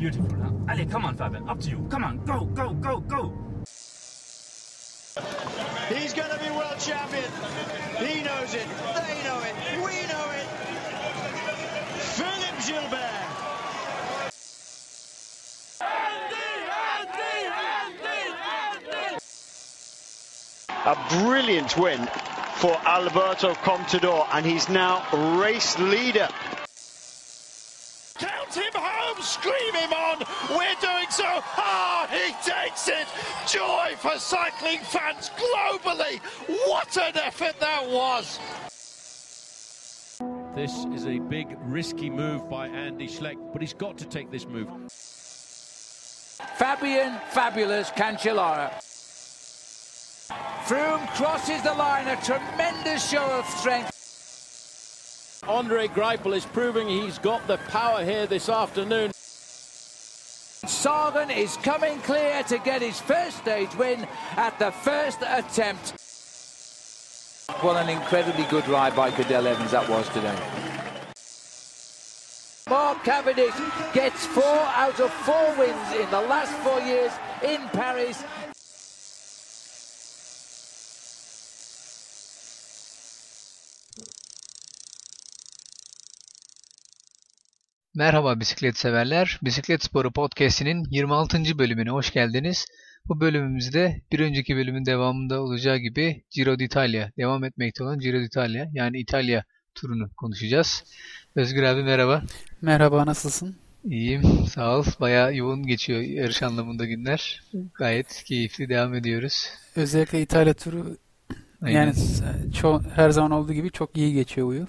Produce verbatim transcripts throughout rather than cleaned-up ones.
Beautiful, huh? Allez, come on, Fabian. Up to you. Come on, go, go, go, go. He's going to be world champion. He knows it. They know it. We know it. Philippe Gilbert. A brilliant win for Alberto Contador, and he's now race leader. Count him home, scream him on, we're doing so. Ah, he takes it. Joy for cycling fans globally. What an effort that was. This is a big risky move by Andy Schleck, but he's got to take this move. Fabian Fabulous Cancellara. Froome crosses the line, a tremendous show of strength. Andre Greipel is proving he's got the power here this afternoon. Sagan is coming clear to get his first stage win at the first attempt. What an incredibly good ride by Cadel Evans that was today. Mark Cavendish gets four out of four wins in the last four years in Paris. Merhaba bisiklet severler. Bisiklet Sporu Podcast'inin yirmi altıncı bölümüne hoş geldiniz. Bu bölümümüzde bir önceki bölümün devamında olacağı gibi Giro d'Italia, devam etmekte olan Giro d'Italia yani İtalya turunu konuşacağız. Özgür abi merhaba. Merhaba, nasılsın? İyiyim, sağ ol. Bayağı yoğun geçiyor yarış anlamında günler. Gayet keyifli devam ediyoruz. Özellikle İtalya turu Aynen. yani ço- her zaman olduğu gibi çok iyi geçiyor bu yıl.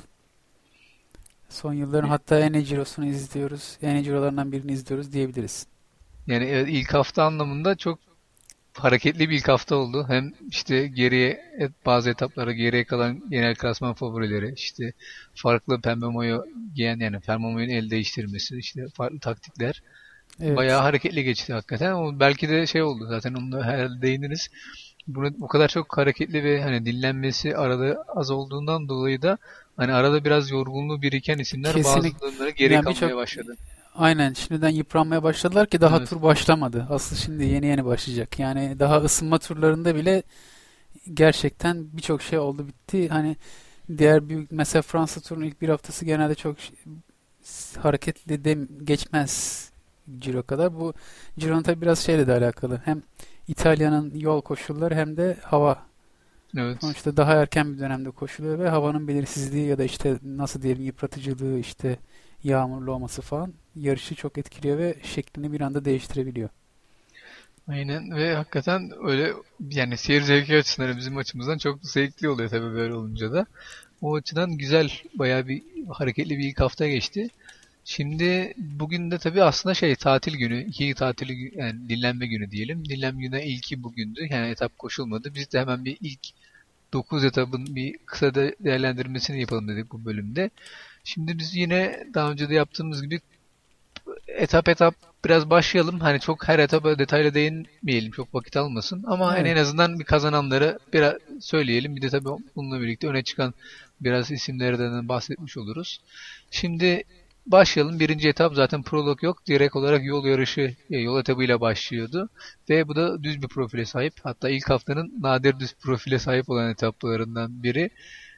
Son yılların hatta en iyi Ciro'sunu izliyoruz. En iyi Ciro'larından birini izliyoruz diyebiliriz. Yani ilk hafta anlamında çok hareketli bir ilk hafta oldu. Hem işte geriye bazı etaplara geriye kalan genel klasman favorileri, işte farklı pembe mayo giyen yani pembe mayo'nun el değiştirmesi, işte farklı taktikler. Evet. Bayağı hareketli geçti hakikaten. O belki de şey oldu zaten onu herhalde değiniriz. Bunu o kadar çok hareketli ve hani dinlenmesi arada az olduğundan dolayı da hani arada biraz yorgunluğu biriken isimler Kesinlikle. bazılarına geri Yani kalmaya birçok- başladı. Aynen, şimdiden yıpranmaya başladılar ki daha Evet. tur başlamadı. Asıl şimdi yeni yeni başlayacak. Yani daha ısınma turlarında bile gerçekten birçok şey oldu bitti. Hani diğer büyük mesela Fransa turunun ilk bir haftası genelde çok şey- hareketli de geçmez Ciro kadar. Bu Ciro'nun tabii biraz şeyle de alakalı. Hem İtalya'nın yol koşulları hem de hava. Evet. Sonuçta daha erken bir dönemde koşuluyor ve havanın belirsizliği ya da işte nasıl diyelim yıpratıcılığı, işte yağmurlu olması falan yarışı çok etkiliyor ve şeklini bir anda değiştirebiliyor. Aynen ve hakikaten öyle yani seyir zevki açısından bizim açımızdan çok zevkli oluyor tabii böyle olunca da. O açıdan güzel bayağı bir hareketli bir ilk hafta geçti. Şimdi bugün de tabii aslında şey tatil günü, iki tatil gü- yani dinlenme günü diyelim. Dinlenme günü ilki bugündü. Yani etap koşulmadı. Biz de hemen bir ilk dokuz etapın bir kısa de- değerlendirmesini yapalım dedik bu bölümde. Şimdi biz yine daha önce de yaptığımız gibi etap etap biraz başlayalım. Hani çok her etapa detaylı değinmeyelim. Çok vakit almasın. Ama hani en Evet. azından bir kazananları biraz söyleyelim. Bir de tabii bununla birlikte öne çıkan biraz isimlerden bahsetmiş oluruz. Şimdi başlayalım. Birinci etap zaten prolog yok. Direkt olarak yol yarışı, e, yol etabıyla başlıyordu. Ve bu da düz bir profile sahip. Hatta ilk haftanın nadir düz profile sahip olan etaplarından biri.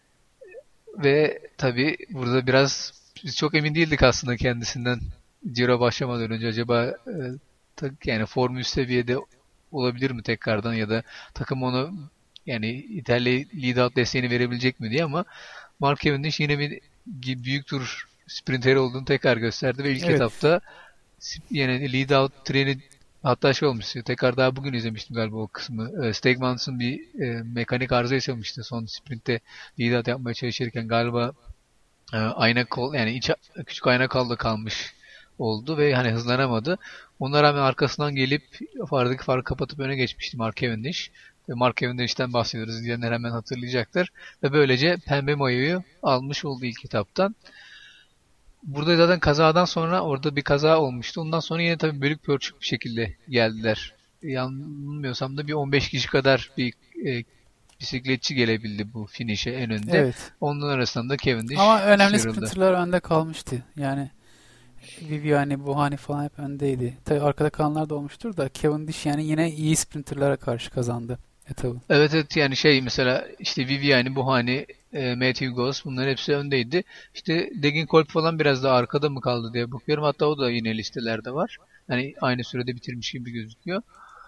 Ve tabii burada biraz biz çok emin değildik aslında kendisinden. Ciro başlamadan önce acaba e, tak- yani form üst seviyede olabilir mi tekrardan ya da takım onu yani İtalya lead out desteğini verebilecek mi diye ama Mark Cavendish yine bir gi- büyük tur sprinteri olduğunu tekrar gösterdi ve ilk Evet. etapta s- yani lead out treni hatta şey olmuş tekrar daha bugün izlemiştim galiba o kısmı. E, Stegmans'ın bir e, mekanik arıza yaşamıştı son sprintte lead out yapmaya çalışırken galiba e, ayna kol yani iç, küçük ayna kolda kalmış oldu ve hani hızlanamadı. Ona rağmen arkasından gelip aradaki farkı kapatıp öne geçmişti Mark Cavendish. Ve Mark Cavendish'ten bahsediyoruz. İzleyenler hemen hatırlayacaktır. Ve böylece pembe mayoyu almış oldu ilk etaptan. Burada zaten kazadan sonra orada bir kaza olmuştu. Ondan sonra yine tabii bölük pörçük bir şekilde geldiler. Yanılmıyorsam da bir on beş kişi kadar bir e, bisikletçi gelebildi bu finish'e en önde. Evet. Onların arasında da Cavendish Ama önemli sıyrıldı. sprinterlar önde kalmıştı. Yani Viviani, Buhani falan hep öndeydi. Tabii arkada kalanlar da olmuştur da Cavendish yani yine iyi sprinterlara karşı kazandı etabı. Evet evet, yani şey mesela işte Viviani, Buhani, e, Matthew Goss bunların hepsi öndeydi. İşte Degenkolb falan biraz daha arkada mı kaldı diye bakıyorum. Hatta o da yine listelerde var. Hani aynı sürede bitirmiş gibi gözüküyor.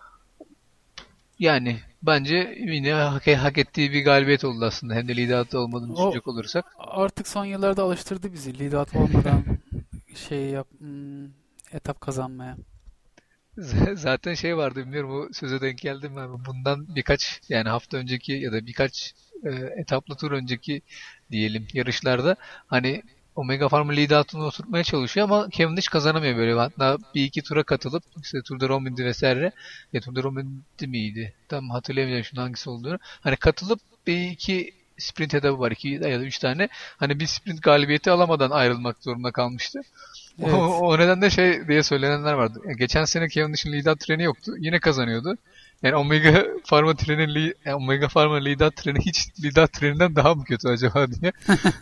Yani bence yine hak, hak ettiği bir galibiyet oldu aslında. Hem de liderlikte olmadığını O düşünecek olursak. artık son yıllarda alıştırdı bizi lidat olmadan şey yap hmm, etap kazanmaya. Z- Zaten şey vardı, bilmiyorum o söze denk geldim mi? Bundan birkaç yani hafta önceki ya da birkaç e, etaplı tur önceki diyelim yarışlarda hani Omega Pharma lidatını oturtmaya çalışıyor ama Cavendish kazanamıyor böyle. Hatta bir iki tura katılıp işte Tour de Romandie vesaire ya Tour de Romandie miydi? Tam hatırlayamıyorum şunun hangisi olduğunu. Hani katılıp bir iki sprint etabı var. iki ya da üç tane. Hani bir sprint galibiyeti alamadan ayrılmak zorunda kalmıştı. O, Evet. o nedenle şey diye söylenenler vardı. Yani geçen sene Cavendish'in lidat treni yoktu. Yine kazanıyordu. Yani Omega Pharma trenin li, yani Omega Pharma lidat treni hiç lidat treninden daha mı kötü acaba diye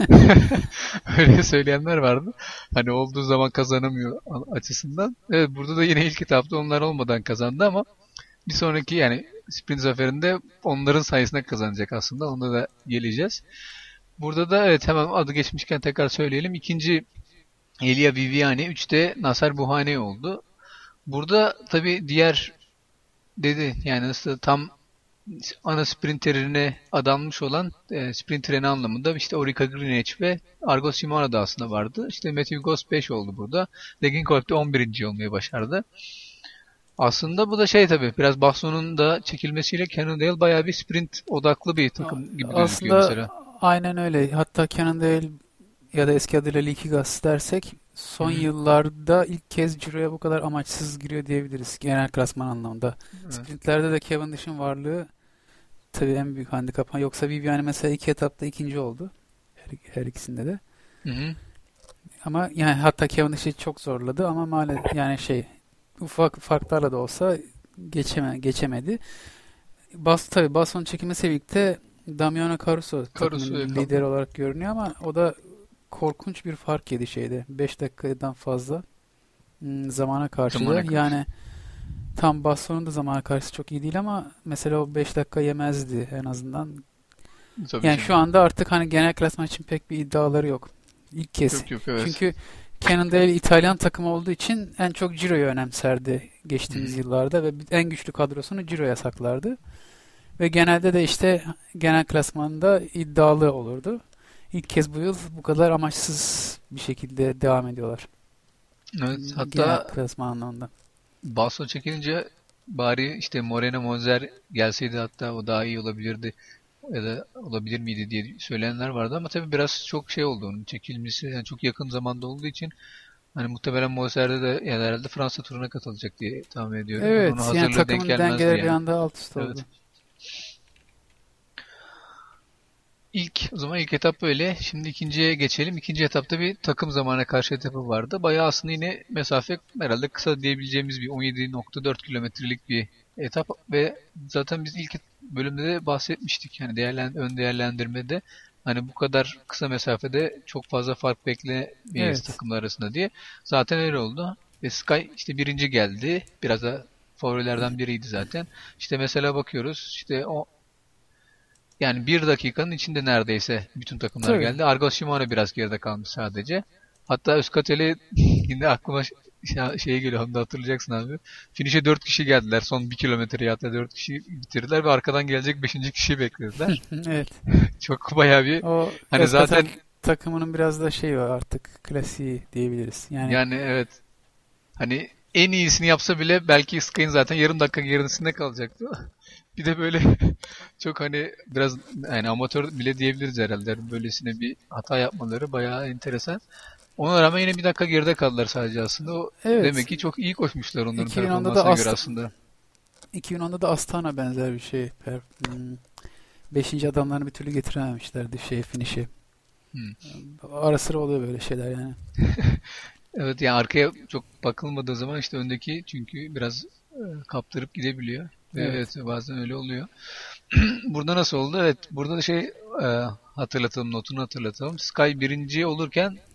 öyle söyleyenler vardı. Hani olduğu zaman kazanamıyor açısından. Evet, burada da yine ilk etapta onlar olmadan kazandı ama bir sonraki yani sprint zaferinde onların sayesinde kazanacak aslında. Ona da geleceğiz. Burada da evet hemen adı geçmişken tekrar söyleyelim. İkinci Elia Viviani, üçte Nasser Buhani oldu. Burada tabii diğer dedi yani nasıl tam ana sprinterine adanmış olan e, sprint treni anlamında işte Orica Greenedge ve Argo Shimano da aslında vardı. İşte Matthew Goss beş oldu burada. Degenkolb de on birinci olmayı başardı. Aslında bu da şey tabii biraz Baston'un da çekilmesiyle Cannondale bayağı bir sprint odaklı bir takım gibi gözüküyor Aslında mesela. aynen öyle. Hatta Cannondale ya da eski adıyla Liquigas dersek son Hı hı. yıllarda ilk kez Ciro'ya bu kadar amaçsız giriyor diyebiliriz genel klasman anlamında. Evet. Sprintlerde de Cavendish'in varlığı tabii en büyük handikap. Ha, Yoksa Viviani mesela iki etapta ikinci oldu. Her, her ikisinde de. Hı hı. Ama yani hatta Cavendish'i çok zorladı ama maalesef yani şey ufak farklarla da olsa geçeme, geçemedi. Bas tabii Baston çekilmesiyle birlikte Damiano Caruso takımın Caruso'ya kaldı. lideri olarak görünüyor ama o da korkunç bir fark yedi şeyde. beş dakikadan fazla hmm, zamana karşı Zamana da. karşı. Yani tam Baston'un da zamana karşı çok iyi değil ama mesela o beş dakika yemezdi en azından. Tabii Yani ki. şu anda artık hani genel klasman için pek bir iddiaları yok. İlk kez. Yok yok, evet. Çünkü Cannondale İtalyan takımı olduğu için en çok Ciro'yu önemserdi geçtiğimiz Hı. yıllarda ve en güçlü kadrosunu Ciro'ya saklardı. Ve genelde de işte genel klasmanda iddialı olurdu. İlk kez bu yıl bu kadar amaçsız bir şekilde devam ediyorlar. Evet, Genel hatta klasman anlamında. Baston çekilince bari işte Moreno Monzer gelseydi hatta o daha iyi olabilirdi ya da olabilir miydi diye söyleyenler vardı ama tabii biraz çok şey oldu onun çekilmesi yani çok yakın zamanda olduğu için hani muhtemelen Monzer'de de yani herhalde Fransa turuna katılacak diye tahmin ediyorum. Evet, Onun yani hazırlığı denk takımın gelmezdi dengeleri bir yani. anda alt üst oldu. Evet. İlk, o zaman ilk etap böyle. Şimdi ikinciye geçelim. İkinci etapta bir takım zamana karşı etapı vardı. Bayağı aslında yine mesafe herhalde kısa diyebileceğimiz bir on yedi nokta dört kilometrelik bir etap ve zaten biz ilk bölümde de bahsetmiştik. Yani değerlen ön değerlendirmede hani bu kadar kısa mesafede çok fazla fark beklemeyiz Evet. takımlar arasında diye. Zaten öyle oldu. Ve Sky işte birinci geldi. Biraz da favorilerden biriydi zaten. İşte mesela bakıyoruz. İşte o yani bir dakikanın içinde neredeyse bütün takımlar Tabii. geldi. Argo Shimano biraz geride kalmış sadece. Hatta Euskateli yine aklıma ş- ş- şey geliyor, onu da hatırlayacaksın abi. Finish'e dört kişi geldiler. Son bir kilometreyi hatta dört kişi bitirdiler ve arkadan gelecek beşinci kişiyi beklediler. Evet. Çok bayağı bir O hani Özkatan zaten takımının biraz da şey var artık klasiği diyebiliriz. Yani yani evet hani en iyisini yapsa bile belki Sky'ın zaten yarım dakika gerisinde kalacaktı. Bir de böyle çok hani biraz yani amatör bile diyebiliriz herhalde. Böylesine bir hata yapmaları bayağı enteresan. Ona rağmen yine bir dakika geride kaldılar sadece aslında. O evet. demek ki çok iyi koşmuşlar onların iki bin onda da performansına göre Ast- aslında. iki bin onda da Astana benzer bir şey. Per- hmm, Beşinci adamlarını bir türlü getirememişlerdi şey finish'i. Hmm. Ara sıra oluyor böyle şeyler yani. Evet yani arkaya çok bakılmadığı zaman işte öndeki çünkü biraz e, kaptırıp gidebiliyor. Ve Evet. evet bazen öyle oluyor. Burada nasıl oldu? Evet burada da şey e, hatırlatalım, notunu hatırlatalım. Sky birinci olurken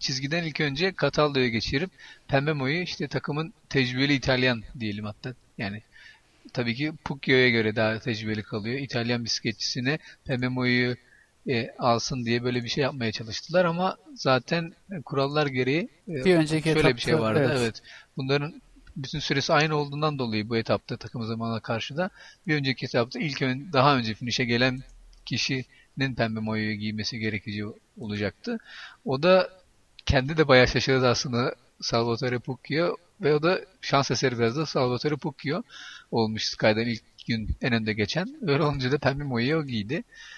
çizgiden ilk önce Cataldo'ya geçirip Pembemo'yu işte takımın tecrübeli İtalyan diyelim hatta. Yani tabii ki Pucchio'ya göre daha tecrübeli kalıyor. İtalyan bisikletçisine Pembemo'yu e, alsın diye böyle bir şey yapmaya çalıştılar ama zaten kurallar gereği e, Bir önceki şöyle etapta, bir şey vardı. evet. Evet. Bunların bütün süresi aynı olduğundan dolayı bu etapta takım zamanına karşı da bir önceki etapta ilk ön, daha önce finişe gelen kişinin pembe mayoyu giymesi gerekici olacaktı. O da kendi de bayağı şaşırdı aslında, Salvatore Pucchio, ve o da şans eseri biraz da Salvatore Pucchio olmuş Sky'dan ilk gün en önde geçen. Öyle olunca da pembe mayoyu o giydi.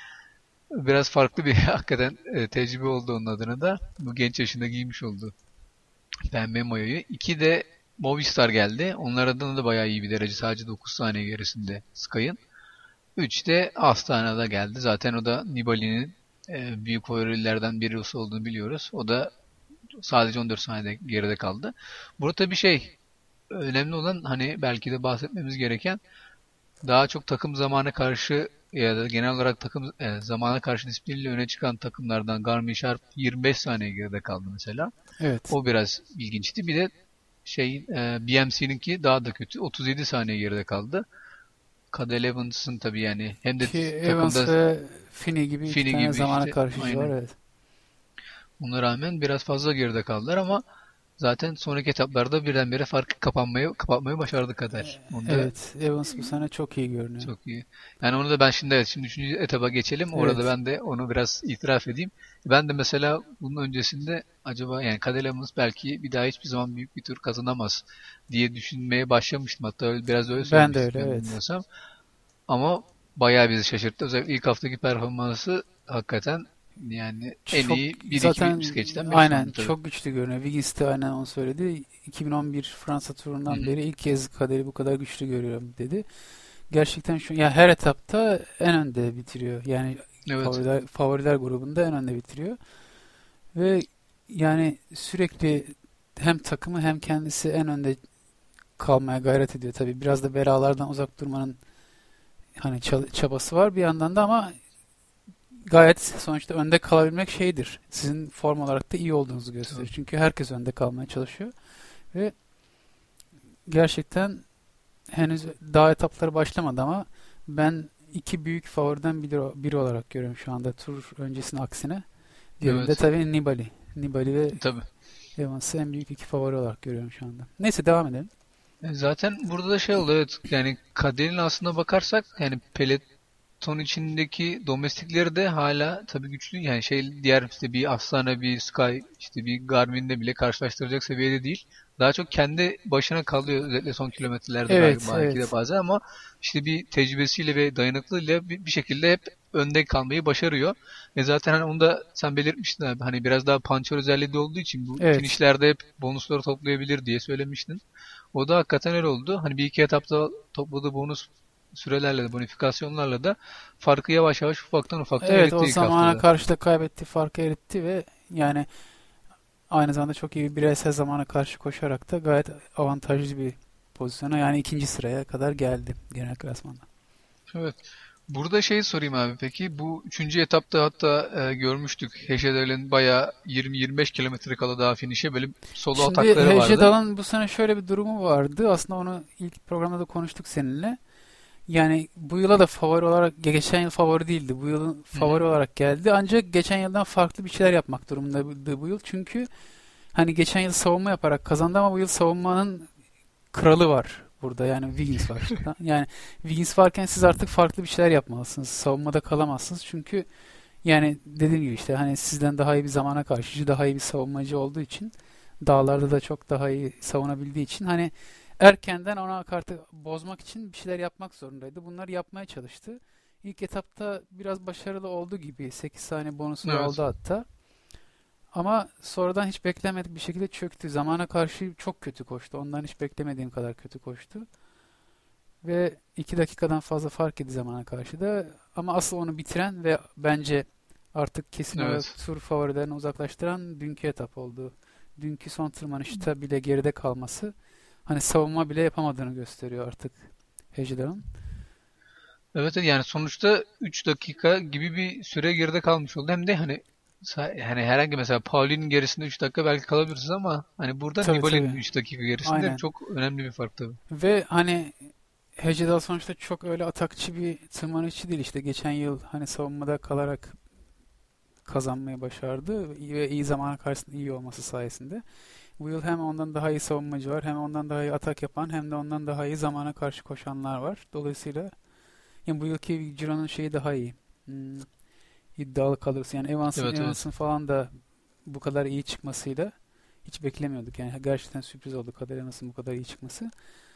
Biraz farklı bir hakikaten e, tecrübe oldu onun adına da. Bu genç yaşında giymiş oldu pembe mayoyu. İki de Movistar geldi. Onlar adına da bayağı iyi bir derece. Sadece dokuz saniye gerisinde Sky'ın. üç de Astana geldi. Zaten o da Nibali'nin e, büyük favorilerden birisi olduğunu biliyoruz. O da sadece on dört saniyede geride kaldı. Burada bir şey önemli olan, hani belki de bahsetmemiz gereken, daha çok takım zamana karşı ya da genel olarak takım e, zamana karşı disipliniyle öne çıkan takımlardan Garmin Sharp yirmi beş saniye geride kaldı mesela. Evet. O biraz ilginçti. Bir de şey e, B M C'ninki daha da kötü. otuz yedi saniye geride kaldı. Cadel Evans'ın tabii yani hem de Ki Evans takımda ve Finney gibi Finney iki tane gibi zamana işte, karşı aynen. var. Evet. Ona rağmen biraz fazla geride kaldılar ama zaten sonraki etaplarda birdenbire farkı kapanmayı kapatmayı başardı Cadel. Onda Evet. Evans bu sene çok iyi görünüyor. çok iyi. Yani onu da ben şimdi evet şimdi üçüncü etaba geçelim. Orada Evet. ben de onu biraz itiraf edeyim. Ben de mesela bunun öncesinde acaba yani Cadel Evans belki bir daha hiçbir zaman büyük bir tur kazanamaz diye düşünmeye başlamıştım. Hatta öyle, biraz öyle Ben de söylemiştim öyle, evet. bilmiyorsam. Ama bayağı bizi şaşırttı. Özellikle ilk haftaki performansı hakikaten yani en Çok- iyi bir iki zaten bisikletçiden birisi aynen oldu tabii. çok güçlü görünüyor. Wiggins de aynen onu söyledi. iki bin on bir Fransa turundan Hı hı. beri ilk kez Kader'i bu kadar güçlü görüyorum dedi. Gerçekten şu ya her etapta en önde bitiriyor. Yani Evet. favoriler, favoriler grubunda en önde bitiriyor. Ve yani sürekli hem takımı hem kendisi en önde kalmaya gayret ediyor. Tabii biraz da belalardan uzak durmanın hani çal- çabası var bir yandan da, ama gayet sonuçta önde kalabilmek şeydir. Sizin form olarak da iyi olduğunuzu gösterir. Çünkü herkes önde kalmaya çalışıyor. Ve gerçekten henüz daha etapları başlamadı ama ben iki büyük favoriden biri, biri olarak görüyorum şu anda tur öncesinin aksine. Diğerinde Evet. tabii Nibali. Nibali ve Tabii. Evans'ı en büyük iki favori olarak görüyorum şu anda. Neyse devam edelim. E, Zaten burada da şey oldu, evet, yani Kader'in aslına bakarsak yani peloton içindeki domestikleri de hala tabii güçlü, yani şey diğer işte bir Astana, bir Sky, işte bir Garmin'le bile karşılaştıracak seviyede değil. Daha çok kendi başına kalıyor özellikle son kilometrelerde Evet, galiba belki evet. de bazen, ama işte bir tecrübesiyle ve dayanıklılığıyla bir, bir şekilde hep önde kalmayı başarıyor. Ve zaten hani onu da sen belirtmiştin abi, hani biraz daha puncher özelliği de olduğu için bu Evet. finişlerde hep bonusları toplayabilir diye söylemiştin. O da hakikaten öyle oldu. Hani bir iki etapta topladığı bonus sürelerle de, bonifikasyonlarla da farkı yavaş yavaş ufaktan ufaktan Evet, eritti o ilk zamana haftada. karşı da kaybettiği farkı eritti ve yani aynı zamanda çok iyi bir bireysel zamana karşı koşarak da gayet avantajlı bir pozisyona, yani ikinci sıraya kadar geldi genel klasmanda. Evet. Burada şeyi sorayım abi, peki bu üçüncü etapta hatta e, görmüştük Heşeder'in bayağı yirmi yirmi beş kilometre kala daha finişe böyle solo Şimdi atakları vardı. Hecedal'ın bu sene şöyle bir durumu vardı. Aslında onu ilk programda da konuştuk seninle. Yani bu yıla da favori olarak, geçen yıl favori değildi. Bu yılın favori olarak geldi. Ancak geçen yıldan farklı bir şeyler yapmak durumundaydı bu yıl. Çünkü hani geçen yıl savunma yaparak kazandı ama bu yıl savunmanın kralı var burada. Yani Wiggins var. Yani Wiggins varken siz artık farklı bir şeyler yapmalısınız. Savunmada kalamazsınız. Çünkü yani dediğim gibi işte hani sizden daha iyi bir zamana karşı daha iyi bir savunmacı olduğu için, dağlarda da çok daha iyi savunabildiği için hani erkenden ona kartı bozmak için bir şeyler yapmak zorundaydı. Bunları yapmaya çalıştı. İlk etapta biraz başarılı oldu gibi. sekiz saniye bonusu Evet. aldı hatta. Ama sonradan hiç beklemedik bir şekilde çöktü. Zamana karşı çok kötü koştu. Ondan hiç beklemediğim kadar kötü koştu. Ve iki dakikadan fazla fark etti zamana karşı da. Ama asıl onu bitiren ve bence artık kesin Evet. olarak tur favorilerini uzaklaştıran dünkü etap oldu. Dünkü son tırmanışta bile geride kalması, hani savunma bile yapamadığını gösteriyor artık Hecedal'ın. Evet, yani sonuçta üç dakika gibi bir süre geride kalmış oldu. Hem de hani hani herhangi mesela Pauli'nin gerisinde üç dakika belki kalabilirsiniz ama hani burada Tabii, Nibali'nin tabii. üç dakika gerisinde Aynen. çok önemli bir fark tabii. Ve hani Hecedal sonuçta çok öyle atakçı bir tırmanışçı değil. İşte geçen yıl hani savunmada kalarak kazanmayı başardı ve iyi zamana karşısında iyi olması sayesinde. Bu yıl hem ondan daha iyi savunmacı var, hem ondan daha iyi atak yapan, hem de ondan daha iyi zamana karşı koşanlar var. Dolayısıyla yani bu yılki Ciro'nun şeyi daha iyi. Hmm, iddialı kalırsa. Yani Evans'ın Evet, evet. Evans'ın falan da bu kadar iyi çıkmasıyla hiç beklemiyorduk. Yani gerçekten sürpriz oldu Cadel Evans'ın bu kadar iyi çıkması.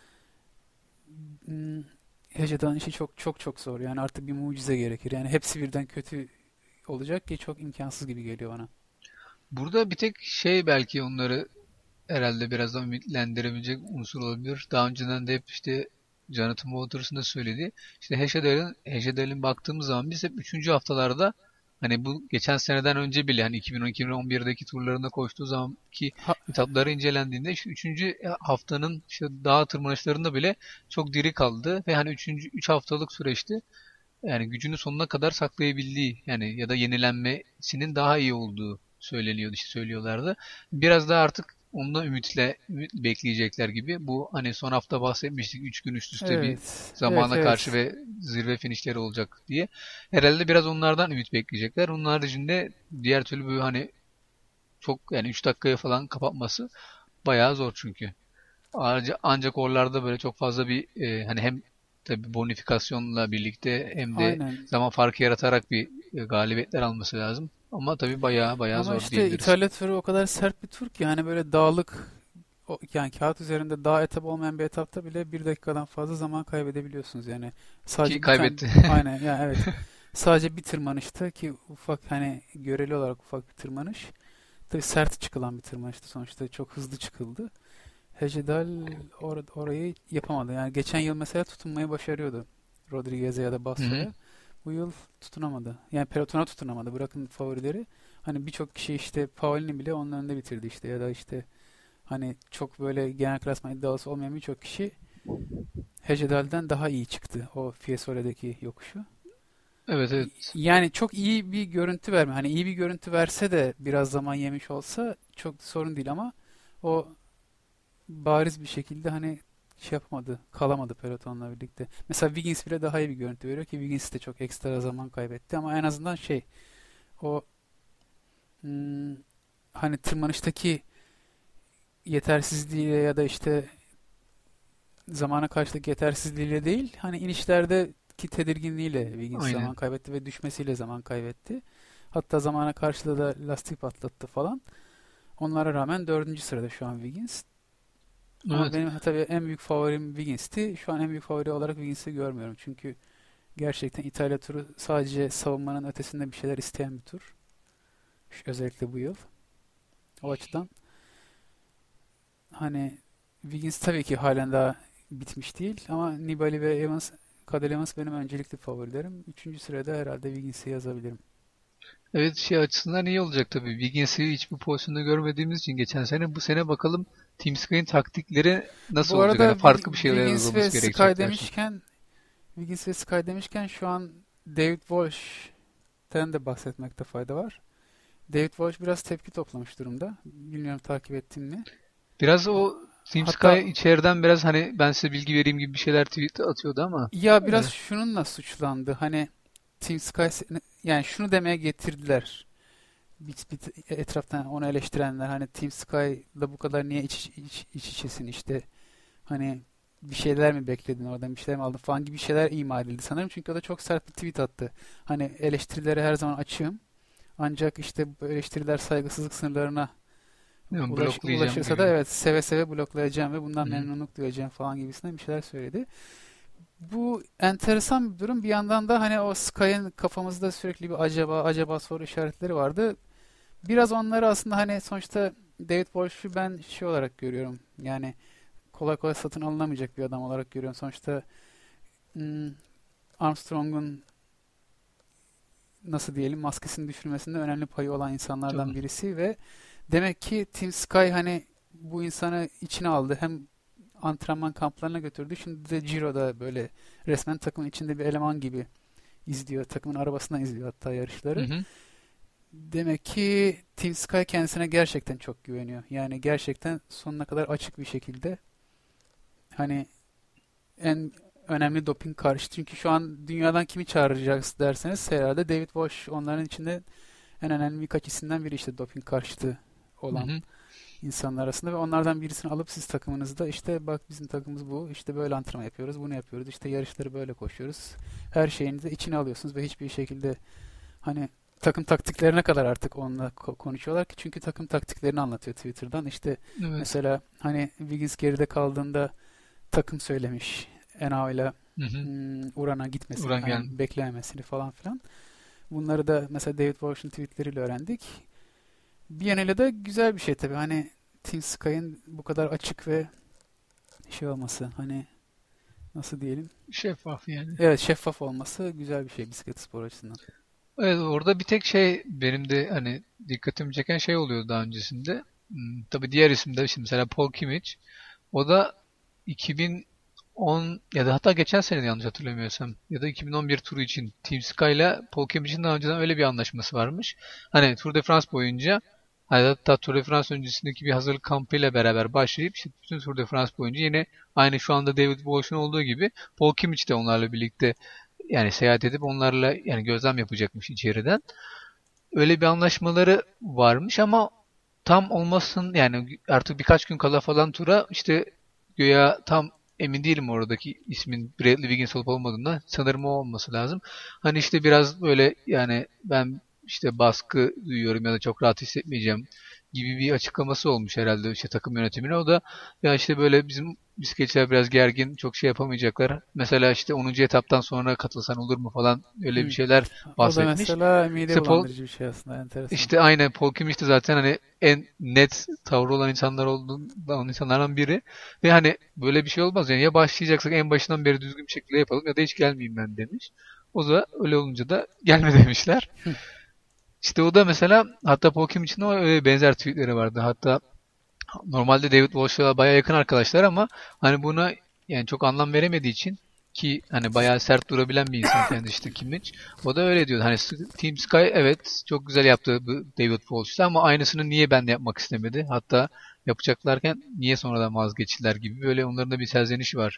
Hmm, Hecedal'ın işi çok çok çok zor. Yani artık bir mucize gerekir. Yani hepsi birden kötü olacak ki çok imkansız gibi geliyor bana. Burada bir tek şey belki onları herhalde biraz daha ümitlendirebilecek unsur olabilir. Daha önceden de hep işte Jonathan Waters'ın da söylediği işte Hecedal'in Hecedal'in baktığımız zaman biz hep üçüncü haftalarda hani bu geçen seneden önce bile hani iki bin on iki iki bin on birdeki turlarında koştuğu zamanki Ha, etapları incelendiğinde işte üçüncü haftanın işte dağ tırmanışlarında bile çok diri kaldı ve hani üçüncü üç haftalık süreçte yani gücünü sonuna kadar saklayabildiği yani ya da yenilenmesinin daha iyi olduğu söyleniyordu, işte söylüyorlardı. Biraz daha artık ondan ümitle ümit bekleyecekler gibi. Bu hani son hafta bahsetmiştik üç gün üst üste bir evet. zamana Evet, karşı evet. ve zirve finişleri olacak diye. Herhalde biraz onlardan ümit bekleyecekler. Onun haricinde diğer türlü böyle hani çok yani üç dakikaya falan kapatması bayağı zor çünkü. Ayrıca ancak oralarda böyle çok fazla bir e, hani hem tabii bonifikasyonla birlikte hem de Aynen. zaman farkı yaratarak bir e, galibiyetler alması lazım. Ama tabii bayağı bayağı Ama zor işte diyebiliriz. İtalya turu o kadar sert bir tur ki hani böyle dağlık o, yani kağıt üzerinde dağ etabı olmayan bir etapta bile bir dakikadan fazla zaman kaybedebiliyorsunuz yani. Sadece Ki bir tane kaybetti. aynen yani evet. Sadece bir tırmanışta ki ufak hani göreli olarak ufak bir tırmanış. Tabii sert çıkılan bir tırmanıştı sonuçta çok hızlı çıkıldı. Hecedal or orayı yapamadı. Yani geçen yıl mesela tutunmayı başarıyordu. Rodriguez'e ya da Hı hı. Basso'ya. Bu yıl tutunamadı. Yani pelotona tutunamadı. Bırakın favorileri. Hani birçok kişi işte Paulini bile onun önünde bitirdi işte ya da işte hani çok böyle genel klasman iddialısı olmayan birçok kişi Hecedal'den daha iyi çıktı o Fiesole'deki yokuşu. Evet, evet. Yani çok iyi bir görüntü verme. Hani iyi bir görüntü verse de biraz zaman yemiş olsa çok sorun değil ama o bariz bir şekilde hani şey yapamadı, kalamadı pelotonla birlikte. Mesela Wiggins bile daha iyi bir görüntü veriyor ki Wiggins de çok ekstra zaman kaybetti ama en azından şey o hmm, hani tırmanıştaki yetersizliğiyle ya da işte zamana karşıdaki yetersizliğiyle değil hani inişlerdeki tedirginliğiyle Wiggins zaman Aynen. kaybetti ve düşmesiyle zaman kaybetti. Hatta zamana karşıda da lastik patlattı falan. Onlara rağmen dördüncü sırada şu an Wiggins. Ama Evet. benim tabii en büyük favorim Wiggins'ti. Şu an en büyük favori olarak Wiggins'i görmüyorum. Çünkü gerçekten İtalya turu sadece savunmanın ötesinde bir şeyler isteyen bir tur. Şu- Özellikle bu yıl. O açıdan hani Wiggins tabii ki halen daha bitmiş değil ama Nibali ve Evans, Cadel Evans benim öncelikli favorilerim. Üçüncü sırada herhalde Wiggins'i yazabilirim. Evet, şey açısından iyi olacak tabii. Wiggins'i hiçbir pozisyonda görmediğimiz için geçen sene bu sene bakalım Team Sky'ın taktikleri nasıl Bu olacak? arada Hani farklı Wig- bir şeyler Wiggins ve olması Sky gerekecek gerçekten. demişken Wiggins ve Sky demişken şu an David Walsh'ten de bahsetmekte fayda var. David Walsh biraz tepki toplamış durumda. Bilmiyorum takip ettin mi? Biraz o Team Hatta Sky içeriden biraz hani ben size bilgi vereyim gibi bir şeyler tweet atıyordu ama ya biraz e, şununla suçlandı. Hani Team Sky yani şunu demeye getirdiler. Bir, bir etraftan onu eleştirenler hani Team Sky'la bu kadar niye iç, iç, iç içesin işte hani bir şeyler mi bekledin oradan bir şeyler mi aldın falan gibi şeyler ima edildi sanırım. Çünkü o da çok sert bir tweet attı. Hani eleştirilere her zaman açığım. Ancak işte bu eleştiriler saygısızlık sınırlarına bilmiyorum, ulaş, bloklayacağım ulaşırsa da gibi. evet seve seve bloklayacağım ve bundan Hı. memnunluk duyacağım falan gibisinden bir şeyler söyledi. Bu enteresan bir durum. Bir yandan da hani o Sky'ın kafamızda sürekli bir acaba acaba soru işaretleri vardı. Biraz onları aslında hani sonuçta David Walsh'u ben şey olarak görüyorum. Yani kolay kolay satın alınamayacak bir adam olarak görüyorum. Sonuçta hmm, Armstrong'un nasıl diyelim maskesini düşürmesinde önemli payı olan insanlardan Tabii. birisi ve demek ki Team Sky hani bu insanı içine aldı. Hem antrenman kamplarına götürdü. Şimdi de Ciro'da böyle resmen takımın içinde bir eleman gibi izliyor. Takımın arabasından izliyor hatta Hı yarışları. hı. Demek ki Team Sky kendisine gerçekten çok güveniyor. Yani gerçekten sonuna kadar açık bir şekilde hani en önemli doping karşı. Çünkü şu an dünyadan kimi çağıracaksınız derseniz herhalde David Walsh onların içinde en önemli birkaç isimden biri, işte doping karşıtı olan Hı hı. insanlar arasında, ve onlardan birisini alıp siz takımınızda işte bak bizim takımımız bu, işte böyle antrenman yapıyoruz, bunu yapıyoruz, işte yarışları böyle koşuyoruz. Her şeyinizi içine alıyorsunuz ve hiçbir şekilde hani takım taktiklerine kadar artık onunla ko- konuşuyorlar ki, çünkü takım taktiklerini anlatıyor Twitter'dan. İşte Evet. mesela hani Wiggins geride kaldığında takım söylemiş Enao Hı hı. hmm, Uran'a gitmesini, Uran hani gel. beklememesini falan filan. Bunları da mesela David Walsh'ın tweetleriyle öğrendik. Bir yönüyle de güzel bir şey tabii. Hani Team Sky'ın bu kadar açık ve şey olması, hani nasıl diyelim? Şeffaf yani. Evet, şeffaf olması güzel bir şey bisiklet sporu açısından. Evet, orada bir tek şey benim de hani dikkatimi çeken şey oluyor daha öncesinde. Hmm, tabii diğer isimde şimdi mesela Paul Kimmich, o da iki bin on ya da hatta geçen sene yanlış hatırlamıyorsam ya da iki bin on bir turu için Team Sky ile Paul Kimmich'in daha önceden öyle bir anlaşması varmış. Hani Tour de France boyunca, hani hatta Tour de France öncesindeki bir hazırlık kampıyla beraber başlayıp işte bütün Tour de France boyunca yine aynı şu anda David Walsh'un olduğu gibi Paul Kimmich de onlarla birlikte yani seyahat edip onlarla yani gözlem yapacakmış içeriden. Öyle bir anlaşmaları varmış ama tam olmasın yani artık birkaç gün kala falan tura işte güya tam emin değilim oradaki ismin Bradley Wiggins olup olmadığından, sanırım o olması lazım. Hani işte biraz böyle yani ben işte baskı duyuyorum ya da çok rahat hissetmeyeceğim gibi bir açıklaması olmuş herhalde işte takım yönetimine. O da ya işte böyle bizim bisikletçiler biraz gergin, çok şey yapamayacaklar. Mesela işte onuncu etaptan sonra katılsan olur mu falan, öyle bir Hı. şeyler O da bahsetmiş. mesela mide İşte Paul, bulandırıcı bir şey aslında, enteresan. işte aynı Paul Kimmich de zaten hani en net tavrı olan insanlar olduğundan insanlardan biri. Ve hani böyle bir şey olmaz yani, ya başlayacaksak en başından beri düzgün bir şekilde yapalım ya da hiç gelmeyeyim ben demiş. O da öyle olunca da gelme demişler. İşte o da mesela hatta Paul Kimmich'in o öyle benzer tweetleri vardı. Hatta normalde David Walsh'la bayağı yakın arkadaşlar ama hani buna yani çok anlam veremediği için, ki hani bayağı sert durabilen bir insan kendisi işte Kimmich. O da öyle diyordu. Hani Team Sky evet çok güzel yaptı bu David Walsh'la ama aynısını niye ben de yapmak istemedi? Hatta yapacaklarken niye sonradan vazgeçtiler gibi böyle onların da bir serzenişi var.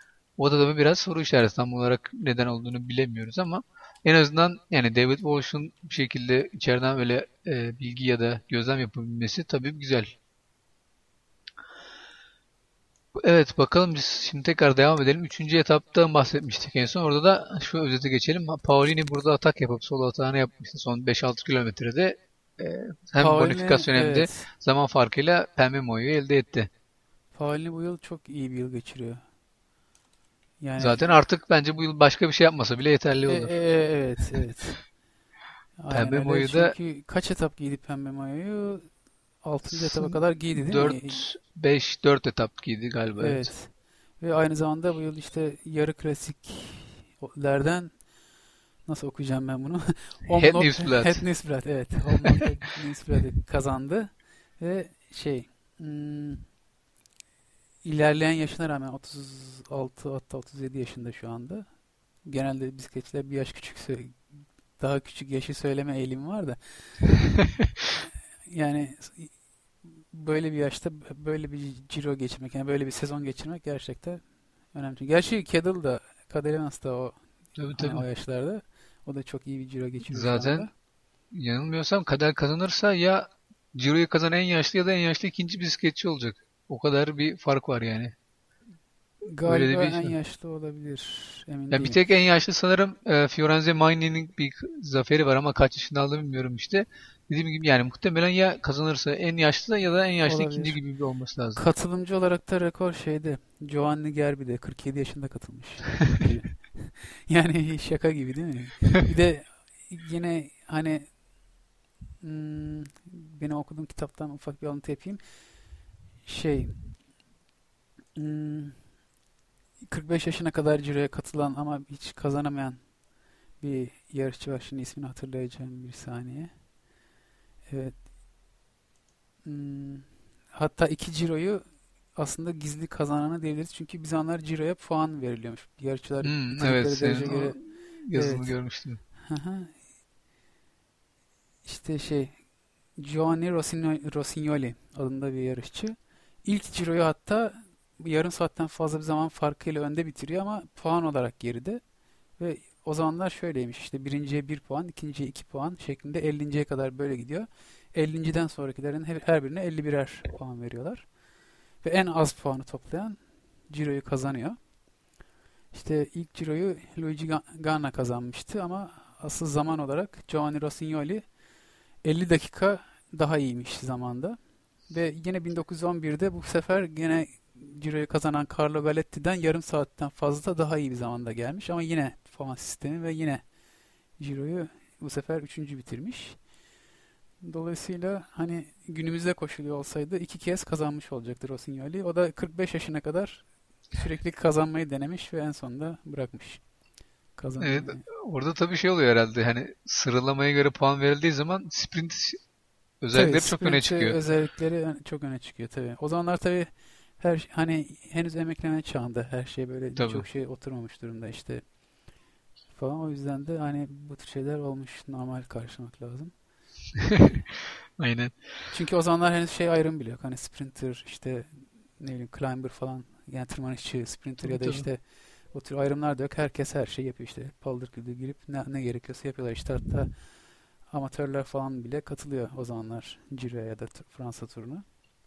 O da tabii biraz soru işareti. Tam olarak neden olduğunu bilemiyoruz ama en azından yani David Walsh'un bir şekilde içeriden böyle e, bilgi ya da gözlem yapabilmesi tabii güzel. Evet, bakalım biz şimdi tekrar devam edelim. Üçüncü etaptan bahsetmiştik en son. Orada da şu özeti geçelim. Paolini burada atak yapıp solo atağını yapmıştı son beş altı kilometrede. E, hem Paolini, bonifikasyon hem de evet. zaman farkıyla pembe mayoyu elde etti. Paolini bu yıl çok iyi bir yıl geçiriyor. Yani Zaten artık bence bu yıl başka bir şey yapmasa bile yeterli e, olur. e, evet, evet. Aynen Pembe öyle. mayoyu da Çünkü kaç etap giydi pembe mayoyu? Altıncı etapa kadar giydi değil mi? dört beş dört etap giydi galiba, evet. Evet. Ve aynı zamanda bu yıl işte yarı klasiklerden, nasıl okuyacağım ben bunu? Het Omloop Nieuwsblad. Het Nieuwsblad, evet. Omloop Het Nieuwsblad'ı kazandı ve şey hmm, ilerleyen yaşına rağmen otuz altı hatta otuz yedi yaşında şu anda. Genelde bisikletçiler bir yaş küçük sö- daha küçük yaşı söyleme eğilimi var da yani böyle bir yaşta böyle bir ciro geçirmek, yani böyle bir sezon geçirmek gerçekten önemli. Gerçi Cadel da, Cadel da o Tabii hani tabii. o yaşlarda, o da çok iyi bir ciro geçiriyor şu Zaten anda. yanılmıyorsam Kader kazanırsa ya Ciro'yu kazanan en yaşlı ya da en yaşlı ikinci bisikletçi olacak. O kadar bir fark var yani. Öyle de Galiba bir en şey. yaşlı olabilir. Emin Ya bir değilim. tek en yaşlı sanırım e, Fiorenze Magni'nin bir zaferi var ama kaç yaşında aldığını bilmiyorum işte. Dediğim gibi yani muhtemelen ya kazanırsa en yaşlı ya da en yaşlı ikinci Olabilir. gibi bir olması lazım. Katılımcı olarak da rekor şeyde. Giovanni Gerbi'de kırk yedi yaşında katılmış. Yani şaka gibi değil mi? Bir de yine hani hmm, benim okuduğum kitaptan ufak bir alıntı yapayım. Şey hmm, kırk beş yaşına kadar ciroya katılan ama hiç kazanamayan bir yarışçı var. Şimdi ismini hatırlayacağım, bir saniye. Evet. Hmm, hatta iki ciroyu aslında gizli kazananı diyebiliriz. Çünkü bir zamanlar ciroya puan veriliyormuş. Yarışçılar Hmm, evet, bitirdikleri derece senin o göre. yazını Evet. görmüştüm. Hı hı. işte şey Giovanni Rossino- Rossignoli adında bir yarışçı. İlk Ciro'yu hatta yarım saatten fazla bir zaman farkıyla önde bitiriyor ama puan olarak geride. Ve o zamanlar şöyleymiş işte birinciye bir puan, ikinciye iki puan şeklinde ellinciye kadar böyle gidiyor. ellinciden sonrakilerin her her birine elli birer puan veriyorlar. Ve en az puanı toplayan Ciro'yu kazanıyor. İşte ilk Ciro'yu Luigi Ga- Ganna kazanmıştı ama asıl zaman olarak Giovanni Rossignoli elli dakika daha iyiymiş zamanda. Ve yine bin dokuz yüz on birde bu sefer yine Ciro'yu kazanan Carlo Galetti'den yarım saatten fazla daha iyi bir zamanda gelmiş. Ama yine puan sistemi ve yine Ciro'yu bu sefer üçüncü bitirmiş. Dolayısıyla hani günümüzde koşuluyor olsaydı iki kez kazanmış olacaktı Rossignoli. O da kırk beş yaşına kadar sürekli kazanmayı denemiş ve en sonunda bırakmış kazanmayı. Evet, orada tabii şey oluyor herhalde. Hani sıralamaya göre puan verildiği zaman sprint Tabii özellikleri çok öne sprint çıkıyor. özellikleri ön- çok öne çıkıyor tabii. O zamanlar tabii her şey- hani henüz emekleme çağında her şey böyle Tabii. çok şey oturmamış durumda işte falan. O yüzden de hani bu tür şeyler olmuş normal karşılamak lazım. Aynen. Çünkü o zamanlar henüz şey ayrım bile yok. Hani sprinter işte ne bileyim climber falan yani tırmanışçı sprinter Tabii ya da tabii. işte o tür ayrımlar da yok. Herkes her şeyi yapıyor işte. Paldır küldür girip ne, ne gerekiyorsa yapıyorlar. İşte hatta amatörler falan bile katılıyor o zamanlar Ciro'ya ya da t- Fransa turuna.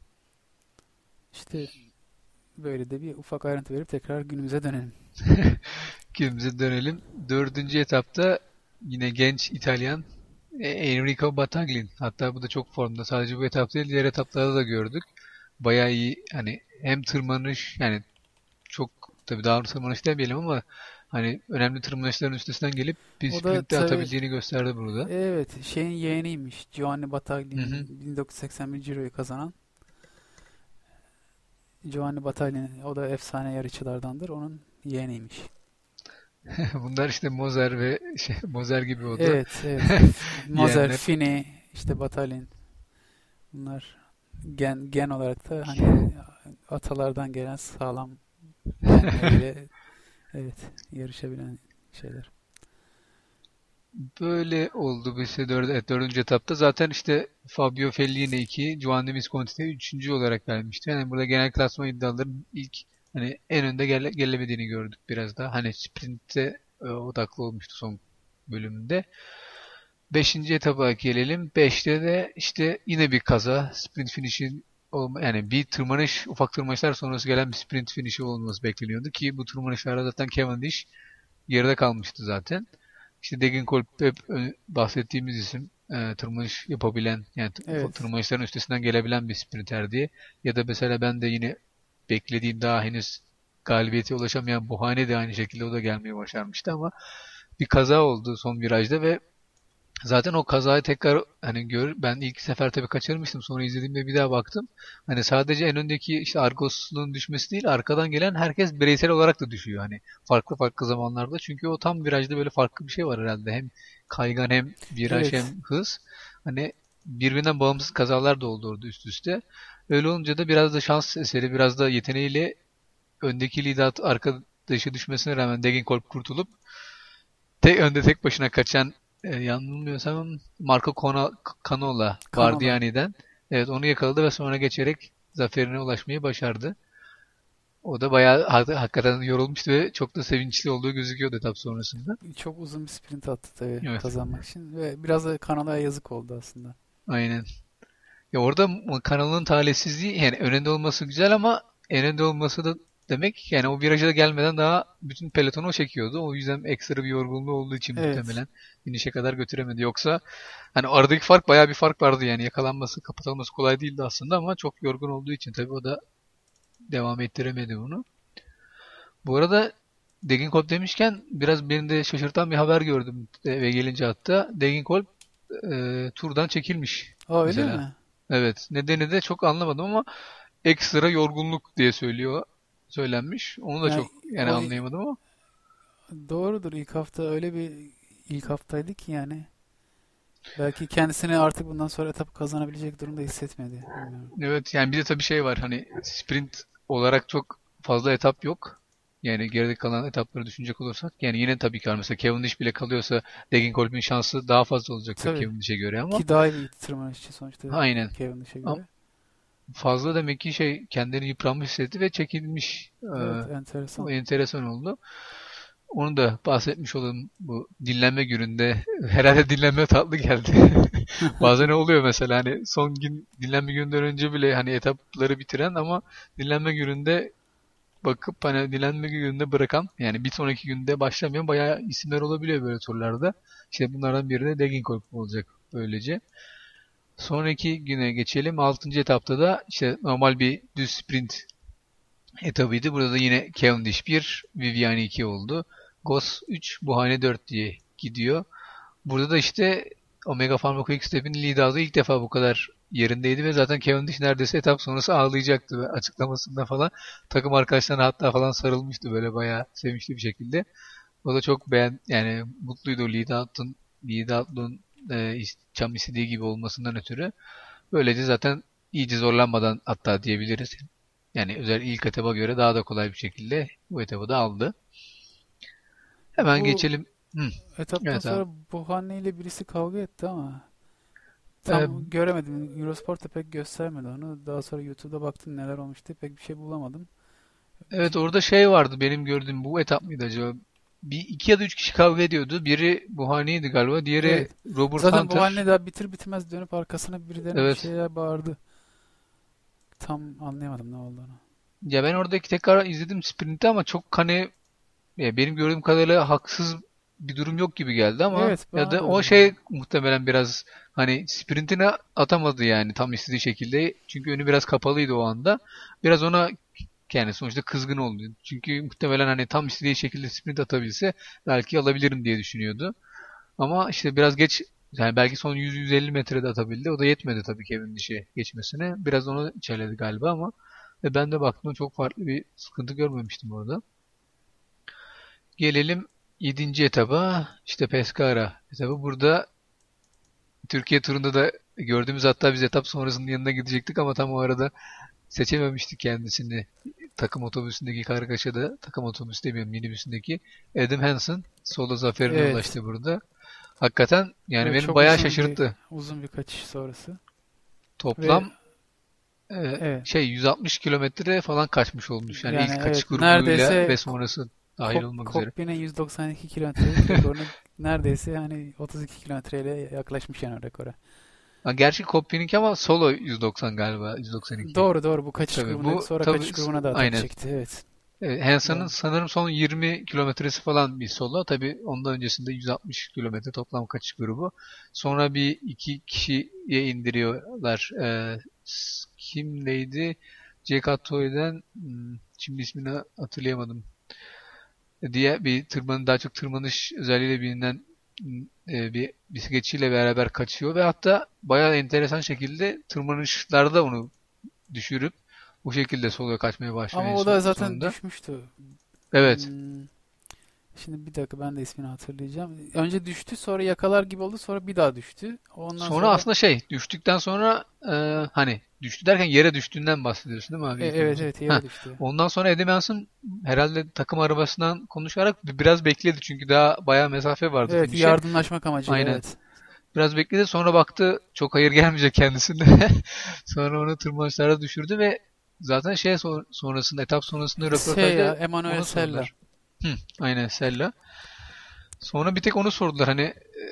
İşte böyle de bir ufak ayrıntı verip tekrar günümüze dönelim. Günümüze dönelim. Dördüncü etapta yine genç İtalyan e, Enrico Battaglin. Hatta bu da çok formda. Sadece bu etap değil, diğer etaplarda da gördük. Bayağı iyi hani hem tırmanış yani çok tabii daha tırmanış demeyelim ama hani önemli tırmanışların üstesinden gelip bir O da sprintte tabii atabildiğini gösterdi burada. evet şeyin yeğeniymiş. Giovanni Hı hı. Battaglini'nin bin dokuz yüz seksen bir Ciro'yu kazanan Giovanni Battaglini o da efsane yarışçılardandır. Onun yeğeniymiş. Bunlar işte Moser ve şey, Moser gibi o da Evet, evet. Moser, yeğenler. Fini, işte Battaglin. Bunlar gen gen olarak da hani atalardan gelen sağlam genleriyle evet yarışabilen şeyler. Böyle oldu bu işte dört, evet, dördüncü etapta. Zaten işte Fabio Fellini iki, Giovanni Visconti de üçüncü olarak gelmişti. Yani burada genel klasman iddiaların ilk hani en önde gele, gelemediğini gördük biraz da. Hani sprintte e, odaklı olmuştu son bölümünde. Beşinci etapa gelelim. Beşte de işte yine bir kaza. Sprint finish'in olma, yani bir tırmanış, ufak tırmanışlar sonrası gelen bir sprint finish'i olması bekleniyordu ki bu tırmanışlarda zaten Cavendish geride kalmıştı zaten. İşte Degenkolb hep ö- bahsettiğimiz isim e, tırmanış yapabilen yani t- ufak Evet. tırmanışların üstesinden gelebilen bir sprinter diye. Ya da mesela ben de yine beklediğim daha henüz galibiyete ulaşamayan Bohane de aynı şekilde o da gelmeyi başarmıştı ama bir kaza oldu son virajda ve zaten o kazayı tekrar hani gör ben ilk sefer tabii kaçırmıştım. Sonra izlediğimde bir daha baktım. Hani sadece en öndeki işte Argos'un düşmesi değil, arkadan gelen herkes bireysel olarak da düşüyor. Hani farklı farklı zamanlarda. Çünkü o tam virajda böyle farklı bir şey var herhalde. Hem kaygan hem viraj hem Evet. hız. Hani birbirinden bağımsız kazalar da oldu orada üst üste. Öyle olunca da biraz da şans eseri, biraz da yeteneğiyle öndeki lider arkadaşı düşmesine rağmen Degenkolb kurtulup tek önde tek başına kaçan e, yanılmıyorsam Marco Cano- Canola Kanola. Bardiani'den. Evet onu yakaladı ve sonra geçerek zaferine ulaşmayı başardı. O da bayağı ha- hakikaten yorulmuştu ve çok da sevinçli olduğu gözüküyordu etap sonrasında. Çok uzun bir sprint attı tabii Evet, kazanmak için ve biraz da Kanada'ya yazık oldu aslında. aynen. Ya orada kanalın talihsizliği yani önünde olması güzel ama en önde olması da demek yani o viraja da gelmeden daha bütün pelotonu o çekiyordu. O yüzden ekstra bir yorgunluğu olduğu için Evet. muhtemelen finish'e kadar götüremedi. Yoksa hani aradaki fark bayağı bir fark vardı yani yakalanması, kapatılması kolay değildi aslında ama çok yorgun olduğu için tabii o da devam ettiremedi bunu. Bu arada Degenkolb demişken biraz beni de şaşırtan bir haber gördüm eve gelince hatta. Degenkolb e, turdan çekilmiş Aa öyle mesela. mi? Evet. Nedeni de çok anlamadım ama ekstra yorgunluk diye söylüyor. Söylenmiş. Onu da Yani çok yani o anlayamadım ama. doğrudur ilk hafta öyle bir ilk haftaydı ki yani belki kendisini artık bundan sonra etap kazanabilecek durumda hissetmedi. Bilmiyorum. Evet yani bir de tabii şey var hani sprint olarak çok fazla etap yok. Yani geride kalan etapları düşünecek olursak yani yine tabii ki var. Mesela Cavendish bile kalıyorsa Degenkolb'ün şansı daha fazla olacaktır Tabii. Cavendish'e göre ama Ki daha iyi bir tırmanışçı sonuçta aynen. Cavendish'e Ama göre. fazla demek ki şey kendini yıpranmış hissetti ve çekilmiş. Evet, Ee, enteresan. o enteresan oldu. Onu da bahsetmiş olalım bu dinlenme gününde. Herhalde dinlenme tatlı geldi. Bazen oluyor mesela hani son gün dinlenme gününden önce bile hani etapları bitiren ama dinlenme gününde bakıp hani dinlenme gününde bırakan yani bir sonraki günde başlamayan bayağı isimler olabiliyor böyle turlarda. İşte bunlardan biri de Degenkolb olacak böylece. Sonraki güne geçelim. Altıncı etapta da işte normal bir düz sprint etabıydı. Burada da yine Cavendish bir, Viviani iki oldu. Goss üç, Buhane dört diye gidiyor. Burada da işte Omega Pharma Quick-Step'in lead-out'u ilk defa bu kadar yerindeydi ve zaten Cavendish neredeyse etap sonrası ağlayacaktı ve açıklamasında falan takım arkadaşlarına hatta falan sarılmıştı böyle bayağı sevinçli bir şekilde. O da çok beğen yani mutluydu o lead-out'un lead-out'un e, Çam istediği gibi olmasından ötürü. Böylece zaten iyice zorlanmadan hatta diyebiliriz. Yani özel ilk etaba göre daha da kolay bir şekilde bu etabı da aldı. Hemen Bu geçelim. Hı. etaptan Evet sonra abi. Buhane ile birisi kavga etti ama tam Ee, göremedim. Eurosport da pek göstermedi onu. Daha sonra YouTube'da baktım neler olmuş diye pek bir şey bulamadım. evet orada şey vardı benim gördüğüm bu etap mıydı acaba? Bir iki ya da üç kişi kavga ediyordu. Biri Buhani'ydi galiba. Diğeri Evet. Robert Zaten Hunter. Buhane daha bitir bitmez dönüp arkasına birilerine bir Evet. şeyler bağırdı. Tam anlayamadım ne olduğunu. Ya ben oradaki tekrar izledim sprinti ama çok hani ya benim gördüğüm kadarıyla haksız bir durum yok gibi geldi ama Evet, ya bana da da o öyle şey geldi. muhtemelen biraz hani sprintini atamadı yani tam istediği şekilde. Çünkü önü biraz kapalıydı o anda. Biraz ona yani sonuçta kızgın oldu. Çünkü muhtemelen hani tam istediği şekilde sprint atabilse belki alabilirim diye düşünüyordu. Ama işte biraz geç yani belki son yüz yüz elli metrede atabildi. O da yetmedi tabii Kevin Dish'e geçmesine. Biraz onu içerledi galiba ama ve ben de baktım çok farklı bir sıkıntı görmemiştim orada. Gelelim yedinci etaba. İşte Pescara etabı. Burada Türkiye turunda da gördüğümüz hatta biz etap sonrasında yanına gidecektik ama tam o arada seçememiştik kendisini. Takım otobüsündeki kargaşa da takım otobüsü demiyorum minibüsündeki Adam Hansen solo zaferine Evet. ulaştı burada. Hakikaten yani Evet, beni çok bayağı uzun bir şaşırttı. uzun bir kaçış sonrası. Ve Toplam e, evet. şey yüz altmış kilometre falan kaçmış olmuş. Yani Yani ilk kaçış evet grubuyla neredeyse ve sonrası dahil Kop, olmak üzere. Koppi'nin yüz doksan iki kilometrelik rekorunu neredeyse yani otuz iki kilometreyle yaklaşmış yani o rekora. Ha, gerçi Koppi'ninki ama solo yüz doksan galiba yüz doksan iki. Doğru doğru bu kaçış Tabii grubundaydı. bu Sonra tabii kaçış grubuna da atak aynen. çekti. Evet. Evet, Hansen'ın Doğru. sanırım son yirmi kilometresi falan bir solo. Tabii ondan öncesinde yüz altmış kilometre toplam kaçış grubu. Sonra bir iki kişiye indiriyorlar. Ee, s- kimdeydi? Cekatoy'den hmm, şimdi ismini hatırlayamadım. Diye bir tırmanış daha çok tırmanış özelliğiyle bilinen hmm, e, bir bisikletçiyle beraber kaçıyor ve hatta bayağı enteresan şekilde tırmanışlarda onu düşürüp bu şekilde soloya kaçmaya başlıyor Ama en o son- da zaten sonunda. düşmüştü. Evet. Hmm, Şimdi bir dakika ben de ismini hatırlayacağım. Önce düştü sonra yakalar gibi oldu sonra bir daha düştü. Ondan Sonra sonra aslında şey düştükten sonra e, hani düştü derken yere düştüğünden bahsediyorsun değil mi abi e, ilk evet önce? evet Heh. yere düştü. Ondan sonra Eddie Manson herhalde takım arabasından konuşarak bi- biraz bekledi çünkü daha bayağı mesafe vardı Evet finişe. yardımlaşmak amacıyla Aynen. evet. Biraz bekledi sonra baktı çok hayır gelmeyecek kendisinde. Sonra onu tırmanışlara düşürdü ve zaten şey son- sonrasında etap sonrasında Şey ya röportajda Emanuel onu Sella. sordular. Hı, aynen Sella. Sonra bir tek onu sordular hani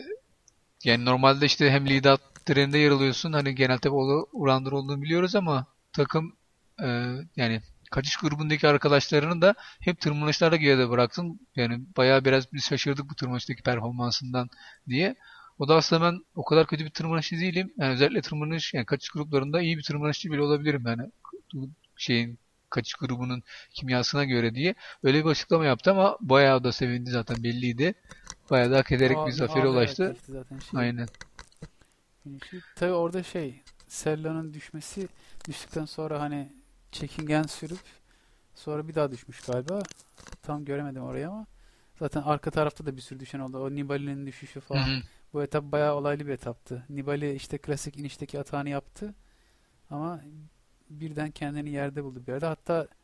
yani normalde işte hem lead-out treninde yer alıyorsun. Hani genel tabi orandır olduğunu biliyoruz ama takım e, yani kaçış grubundaki arkadaşlarını da hep tırmanışlarda geride bıraktın. Yani bayağı biraz biz şaşırdık bu tırmanıştaki performansından diye. O da aslında ben o kadar kötü bir tırmanışçı değilim. Yani özellikle tırmanış yani kaçış gruplarında iyi bir tırmanışçı bile olabilirim yani şeyin kaçış grubunun kimyasına göre diye öyle bir açıklama yaptı ama bayağı da sevindi zaten belliydi. Bayağı da hak ederek bir Ağ- zafere Ağlayarak ulaştı. geçti zaten şey. Aynen. finişi. Tabii orada şey Sella'nın düşmesi düştükten sonra hani çekingen sürüp sonra bir daha düşmüş galiba. Tam göremedim orayı ama zaten arka tarafta da bir sürü düşen oldu. O Nibali'nin düşüşü Hı falan. hı. Bu etap bayağı olaylı bir etaptı. Nibali işte klasik inişteki atağını yaptı ama birden kendini yerde buldu bir yerde. Hatta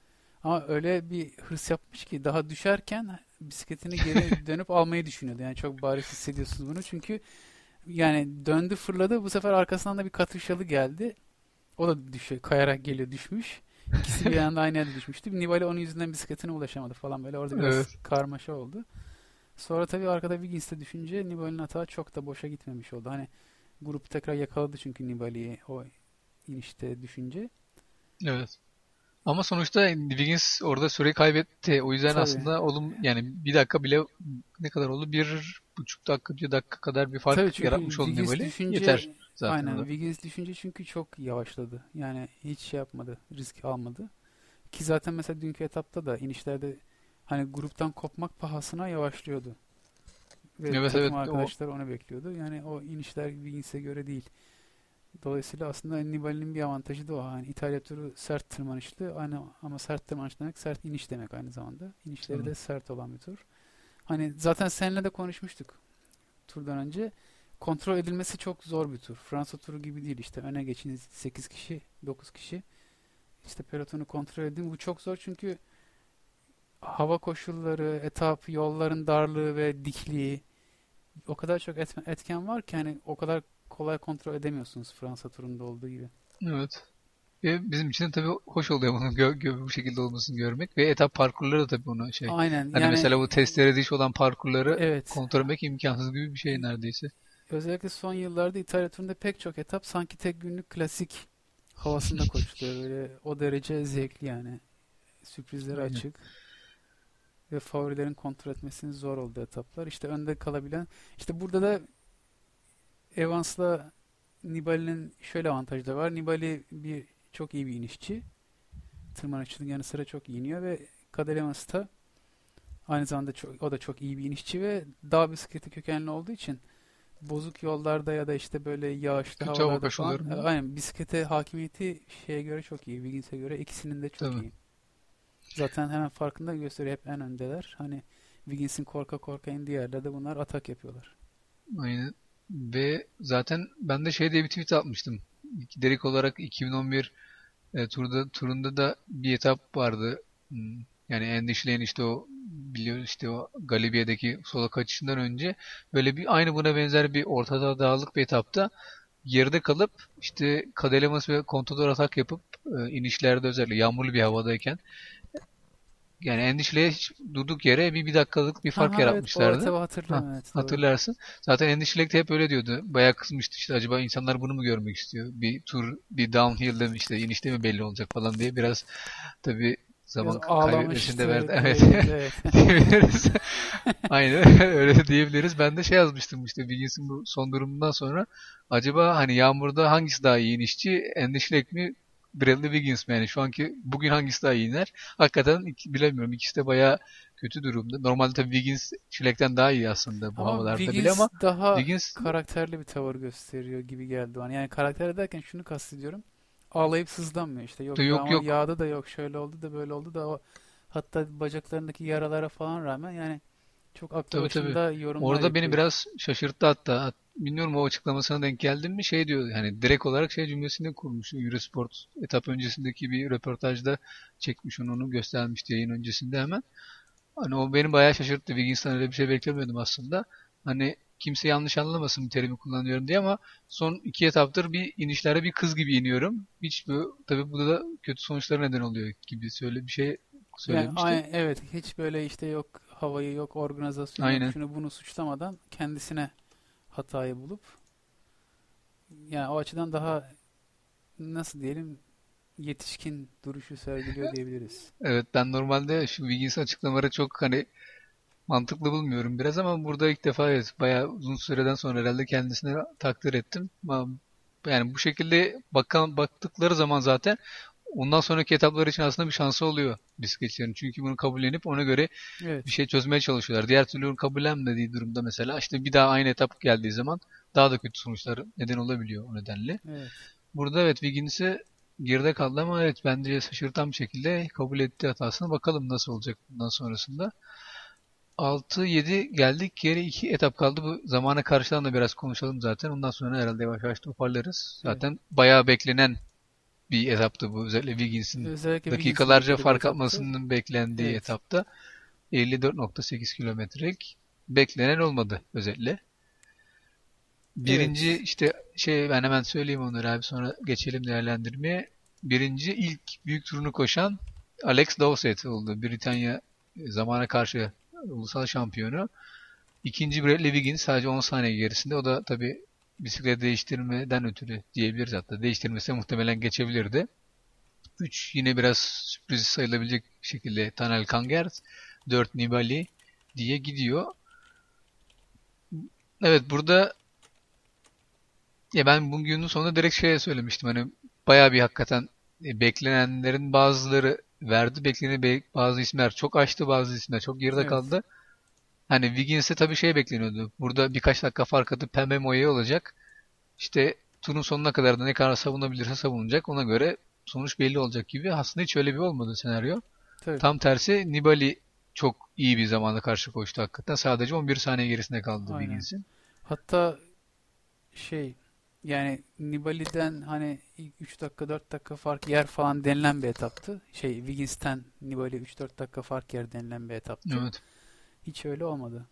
Ama öyle bir hırs yapmış ki daha düşerken bisikletini geri dönüp almayı düşünüyordu. Yani çok bariz hissediyorsunuz bunu. Çünkü yani döndü fırladı. Bu sefer arkasından da bir katışalı geldi. O da düşüyor. Kayarak geliyor düşmüş. İkisi bir anda aynı yerde düşmüştü. Nibali onun yüzünden bisikletine ulaşamadı falan böyle. Orada biraz Evet. karmaşa oldu. Sonra tabii arkada Wiggins'te düşünce Nibali'nin hata çok da boşa gitmemiş oldu. Hani grup tekrar yakaladı çünkü Nibali'yi o inişte düşünce. Evet. Ama sonuçta Wiggins orada süre kaybetti. O yüzden Tabii. aslında olum yani bir dakika bile ne kadar oldu? Bir buçuk dakika, bir dakika kadar bir fark Tabii çünkü yaratmış oldu Wiggins Nibali. düşünce Yeter zaten aynen o da. Wiggins düşünce çünkü çok yavaşladı. Yani hiç şey yapmadı. Risk almadı. Ki zaten mesela dünkü etapta da inişlerde hani gruptan kopmak pahasına yavaşlıyordu. Ve Evet, takım evet, o arkadaşlar onu bekliyordu. Yani o inişler Wiggins'e göre değil. Dolayısıyla aslında Nibali'nin bir avantajı da o. Hani İtalya turu sert tırmanışlı aynı ama sert tırmanış demek sert iniş demek aynı zamanda. İnişleri tabii. de sert olan bir tur. Hani zaten seninle de konuşmuştuk turdan önce. Kontrol edilmesi çok zor bir tur. Fransa turu gibi değil işte. Öne geçin sekiz kişi, dokuz kişi. İşte pelotonu kontrol edin. Bu çok zor çünkü hava koşulları, etap, yolların darlığı ve dikliği o kadar çok etme- etken var ki hani o kadar kolay kontrol edemiyorsunuz Fransa turunda olduğu gibi. Evet. Ve bizim için de tabii hoş oluyor bunun gö gö bu şekilde olmasını görmek ve etap parkurları da tabii ona şey. Aynen Hani yani mesela bu testlere diş olan parkurları evet. kontrol etmek imkansız gibi bir şey neredeyse. Özellikle son yıllarda İtalya turunda pek çok etap sanki tek günlük klasik havasında koşuluyor. Böyle o derece zevkli yani. Sürprizlere Aynen. açık. Ve favorilerin kontrol etmesinin zor olduğu etaplar. İşte önde kalabilen. İşte burada da Evans'la Nibali'nin şöyle avantajları var. Nibali bir çok iyi bir inişçi. Tırmanışçının yanı sıra çok iyi iniyor ve Cadel Evans da aynı zamanda çok, o da çok iyi bir inişçi ve dağ bisikleti kökenli olduğu için bozuk yollarda ya da işte böyle yağışlı Kötü hava havalarda falan koşullarında. e, aynen bisiklete hakimiyeti şeye göre çok iyi. Wiggins'e göre ikisinin de çok Tabii. iyi. Zaten hemen farkında gösteriyor. Hep en öndeler. Hani Wiggins'in korka korka indiği yerlerde bunlar atak yapıyorlar. Aynen. Ve zaten ben de şey diye bir tweet atmıştım. Direkt olarak iki bin on bir e, turda turunda da bir etap vardı. Hmm, Yani endişleyen işte o biliyoruz işte o Galibiye'deki sola kaçışından önce böyle bir aynı buna benzer bir ortada dağlık bir etapta geride kalıp işte Kadelemas ve Contador atak yapıp e, inişlerde özellikle yağmurlu bir havadayken yani Endişli'ye hiç durduk yere bir bir dakikalık bir Ha fark ha evet o yaratmışlardı. etabı Ha, hatırlıyorum evet doğru. hatırlarsın. Zaten Endişilik de hep öyle diyordu. Bayağı kızmıştı işte acaba insanlar bunu mu görmek istiyor? Bir tur, bir downhill'de mi işte inişte mi belli olacak falan diye biraz tabii Biraz zaman kaybetmesini de ağlamıştı verdi. Evet. diyebiliriz evet. Diyebiliriz. Aynen öyle diyebiliriz. Ben de şey yazmıştım işte Wiggins'in bu son durumundan sonra acaba hani yağmurda hangisi daha iyi inişçi? Endişilik mi? Bradley Wiggins mi? Yani şu anki bugün hangisi daha iyi iner? Hakikaten iki, bilemiyorum. İkisi de bayağı kötü durumda. Normalde tabii Wiggins Çilek'ten daha iyi aslında bu Ama havalarda bile Wiggins ama daha Wiggins karakterli bir tavır gösteriyor gibi geldi bana. Yani karakter derken şunu kastediyorum. Ağlayıp sızlanmıyor işte. Yok de yok yağmur yok. yağdı da yok şöyle oldu da böyle oldu da o hatta bacaklarındaki yaralara falan rağmen yani çok aklı Tabii tabii. başında yorumlar Orada beni yapıyor. biraz şaşırttı hatta. Hat- Bilmiyorum o açıklamasına denk geldim mi şey diyor hani direkt olarak şey cümlesini kurmuş. Eurosport etap öncesindeki bir röportajda çekmiş onu, onu göstermişti yayın öncesinde hemen. Hani o beni bayağı şaşırttı. Wiggins'ten öyle bir şey beklemiyordum aslında. Hani kimse yanlış anlamasın bir terimi kullanıyorum diye ama son iki etaptır bir inişlere bir kız gibi iniyorum. Hiç bu tabii bu da kötü sonuçlara neden oluyor gibi söyle bir şey Yani söylemişti. ay- evet hiç böyle işte yok havayı yok organizasyon yok Aynen. şunu bunu suçlamadan kendisine hatayı bulup yani o açıdan daha nasıl diyelim yetişkin duruşu sergiliyor diyebiliriz. Evet ben normalde şu Wiggins'in açıklamaları çok hani mantıklı bulmuyorum biraz ama burada ilk defa evet bayağı uzun süreden sonra herhalde kendisine takdir ettim. Ama yani bu şekilde bakan baktıkları zaman zaten ondan sonraki etaplar için aslında bir şansı oluyor bisikletçilerin. Çünkü bunu kabullenip ona göre bir Evet. şey çözmeye çalışıyorlar. Diğer türlü onu kabullenmediği durumda mesela işte bir daha aynı etap geldiği zaman daha da kötü sonuçlar neden olabiliyor o nedenle. Evet. Burada evet Wiggins'e geride kaldı ama evet bence şaşırtan bir şekilde kabul etti hatasını. Bakalım nasıl olacak bundan sonrasında. altı yedi geldik. Geri iki etap kaldı. Bu zamana karşıdan da biraz konuşalım zaten. Ondan sonra herhalde yavaş yavaş toparlarız. Evet. Zaten bayağı beklenen bir etaptı bu. Özellikle Wiggins'in Özellikle dakikalarca Wiggins'in fark etaptı. atmasının beklendiği Evet. etapta elli dört nokta sekiz kilometrelik beklenen olmadı özellikle. Birinci Evet. işte şey ben hemen söyleyeyim onları abi sonra geçelim değerlendirmeye. Birinci ilk büyük turunu koşan Alex Dowsett oldu. Britanya zamana karşı ulusal şampiyonu. İkinci Bradley Wiggins sadece on saniye gerisinde. O da tabii bisiklet değiştirmeden ötürü diyebiliriz hatta. Değiştirmese muhtemelen geçebilirdi. üç yine biraz sürpriz sayılabilecek şekilde Tanel Kangert. dört Nibali diye gidiyor. Evet burada ya ben bugünün sonunda direkt şeye söylemiştim. Hani bayağı bir hakikaten e, beklenenlerin bazıları verdi. Beklenen be- bazı isimler çok açtı. Bazı isimler çok geride Evet. kaldı. Hani Wiggins'e tabii şey bekleniyordu. Burada birkaç dakika fark atıp pembe moye olacak. İşte turun sonuna kadar da ne kadar savunabilirse savunacak. Ona göre sonuç belli olacak gibi. Aslında hiç öyle bir olmadı senaryo. Tabii. Tam tersi Nibali çok iyi bir zamanda karşı koştu hakikaten. Sadece on bir saniye gerisinde kaldı Aynen. Wiggins'in. Hatta şey yani Nibali'den hani ilk üç dakika dört dakika fark yer falan denilen bir etaptı. Şey Wiggins'ten Nibali üç dört dakika fark yer denilen bir etaptı. Evet. Hiç öyle olmadı.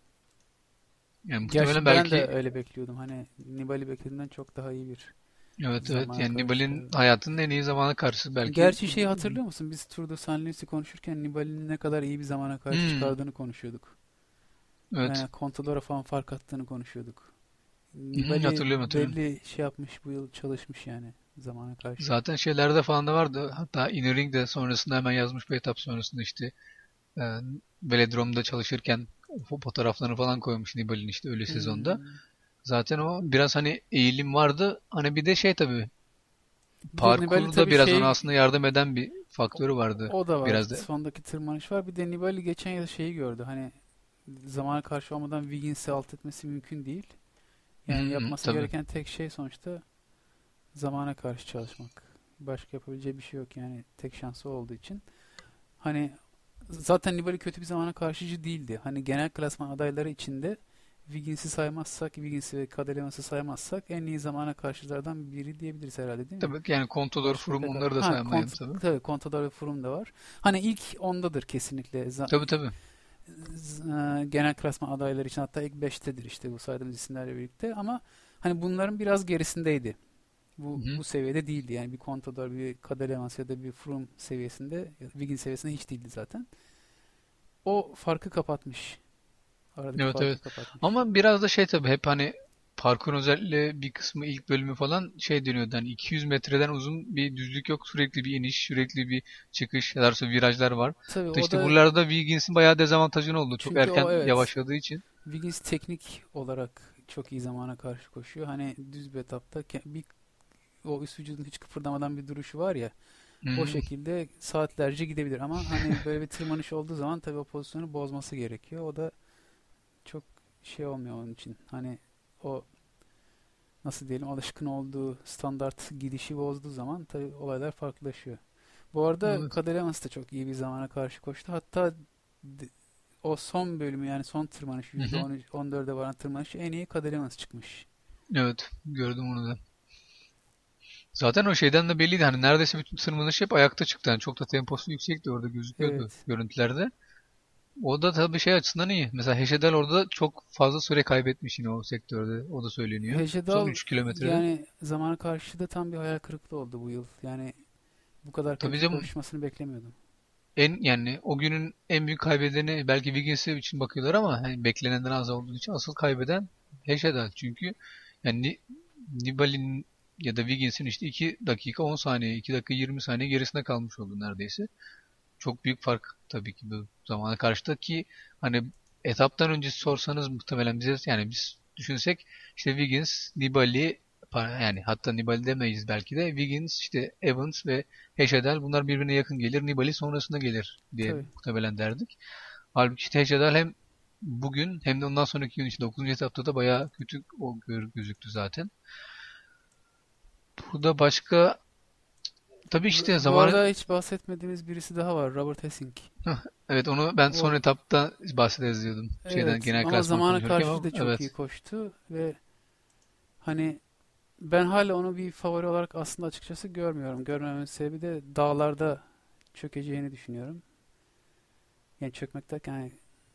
Yani Gerçi muhtemelen ben belki de öyle bekliyordum. Hani Nibali beklediğimden çok daha iyi bir evet evet zamana yani Nibali'nin karşı. hayatının en iyi zamanı karşı belki. Gerçi şeyi hatırlıyor musun? Biz Tour de San Luis'i konuşurken Nibali'nin ne kadar iyi bir zamana karşı Hmm, çıkardığını konuşuyorduk. evet. Yani Contador'a falan fark attığını konuşuyorduk. Hmm, Nibali hatırlıyorum hatırlıyorum. belli şey yapmış bu yıl çalışmış yani zamana karşı. Zaten şeylerde falan da vardı. Hatta Inner Ring de sonrasında hemen yazmış bir etap sonrasında işte e, Velodrome'da çalışırken fo- fotoğraflarını falan koymuş Nibali'nin işte öyle sezonda. Hmm. Zaten o biraz hani eğilim vardı. Hani bir de şey tabii Bir de Nibali parkurda tabii biraz ona şey aslında yardım eden bir faktörü vardı. o da var. Biraz da. Sondaki tırmanış var. Bir de Nibali geçen yıl şeyi gördü. Hani zamana karşı olmadan Wiggins'i alt etmesi mümkün değil. Yani Hmm, yapması tabii. gereken tek şey sonuçta zamana karşı çalışmak. Başka yapabileceği bir şey yok yani tek şansı olduğu için. Hani zaten Nibali kötü bir zamana karşıcı değildi. Hani genel klasman adayları içinde Wiggins'i saymazsak, Wiggins'i ve Cadel-Evans'ı saymazsak en iyi zamana karşılardan biri diyebiliriz herhalde değil mi? Tabii ki yani Contador, Başka Froome pek onları da ha saymayalım Cont tabii. tabii Contador ve Froome da var. Hani ilk ondadır kesinlikle. Za- Tabii tabii. z- e, genel klasman adayları için hatta ilk beştedir işte bu saydığımız isimlerle birlikte ama hani bunların biraz gerisindeydi. Bu Hı hı. bu seviyede değildi. Yani bir Contador, bir Cadel-Evans ya da bir Froome seviyesinde, Wiggins seviyesinde hiç değildi zaten. O farkı kapatmış. Aradaki Evet farkı evet. kapatmış. Ama biraz da şey tabii hep hani parkur özellikle bir kısmı ilk bölümü falan şey deniyordu. Hani iki yüz metreden uzun bir düzlük yok. Sürekli bir iniş, sürekli bir çıkış, ya da doğrusu virajlar var. Tabii Hatta o işte da buralarda Wiggins'in bayağı dezavantajını oldu. Çok çünkü erken o evet yavaşladığı için. Wiggins teknik olarak çok iyi zamana karşı koşuyor. Hani düz bir etapta ke- bir o üst vücudun hiç kıpırdamadan bir duruşu var ya o Hmm, şekilde saatlerce gidebilir ama hani böyle bir tırmanış olduğu zaman tabii o pozisyonu bozması gerekiyor. O da çok şey olmuyor onun için. Hani o nasıl diyelim alışkın olduğu standart gidişi bozduğu zaman tabii olaylar farklılaşıyor. Bu arada evet. Cadel-Evans da çok iyi bir zamana karşı koştu. Hatta d- o son bölümü yani son tırmanış Hı hı. yüzde on üç on dörde varan tırmanış en iyi Cadel-Evans çıkmış. Evet, gördüm onu da. Zaten o şeyden de belliydi. Hani neredeyse bütün tırmanış hep ayakta çıktı. Yani çok da temposu yüksekti orada gözüküyordu Evet. görüntülerde. O da tabii şey açısından iyi. Mesela Heşedal orada çok fazla süre kaybetmiş yine o sektörde. O da söyleniyor. Son Hecedal üç kilometrede. yani zamana karşı da tam bir hayal kırıklığı oldu bu yıl. Yani bu kadar Tabii kötü canım koşmasını beklemiyordum. en yani o günün en büyük kaybedeni belki Wiggins'e için bakıyorlar ama hani beklenenden az olduğu için asıl kaybeden Heşedal. Çünkü yani Ni- Nibali'nin ya da Wiggins'in işte iki dakika on saniye, iki dakika yirmi saniye gerisinde kalmış oldu neredeyse. Çok büyük fark tabii ki bu zamana karşıda ki hani etaptan önce sorsanız muhtemelen bize yani biz düşünsek işte Wiggins, Nibali pa- yani hatta Nibali demeyiz belki de Wiggins, işte Evans ve Heşedal bunlar birbirine yakın gelir. Nibali sonrasında gelir diye Tabii. muhtemelen derdik. Halbuki işte Heşedal hem bugün hem de ondan sonraki gün için dokuzuncu etapta da bayağı kötü o gör- gözüktü zaten. Burada başka tabii Bu, işte bu zamanı arada hiç bahsetmediğimiz birisi daha var. Robert Hessing. Hah, evet onu ben son O etapta bahsederiz diyordum. Şeyden evet genel ama klasman zamana konuşurken karşı ama da çok iyi evet. koştu ve hani Ben hala onu bir favori olarak aslında açıkçası görmüyorum. Görmememin sebebi de dağlarda çökeceğini düşünüyorum. Yani çökmek derken hani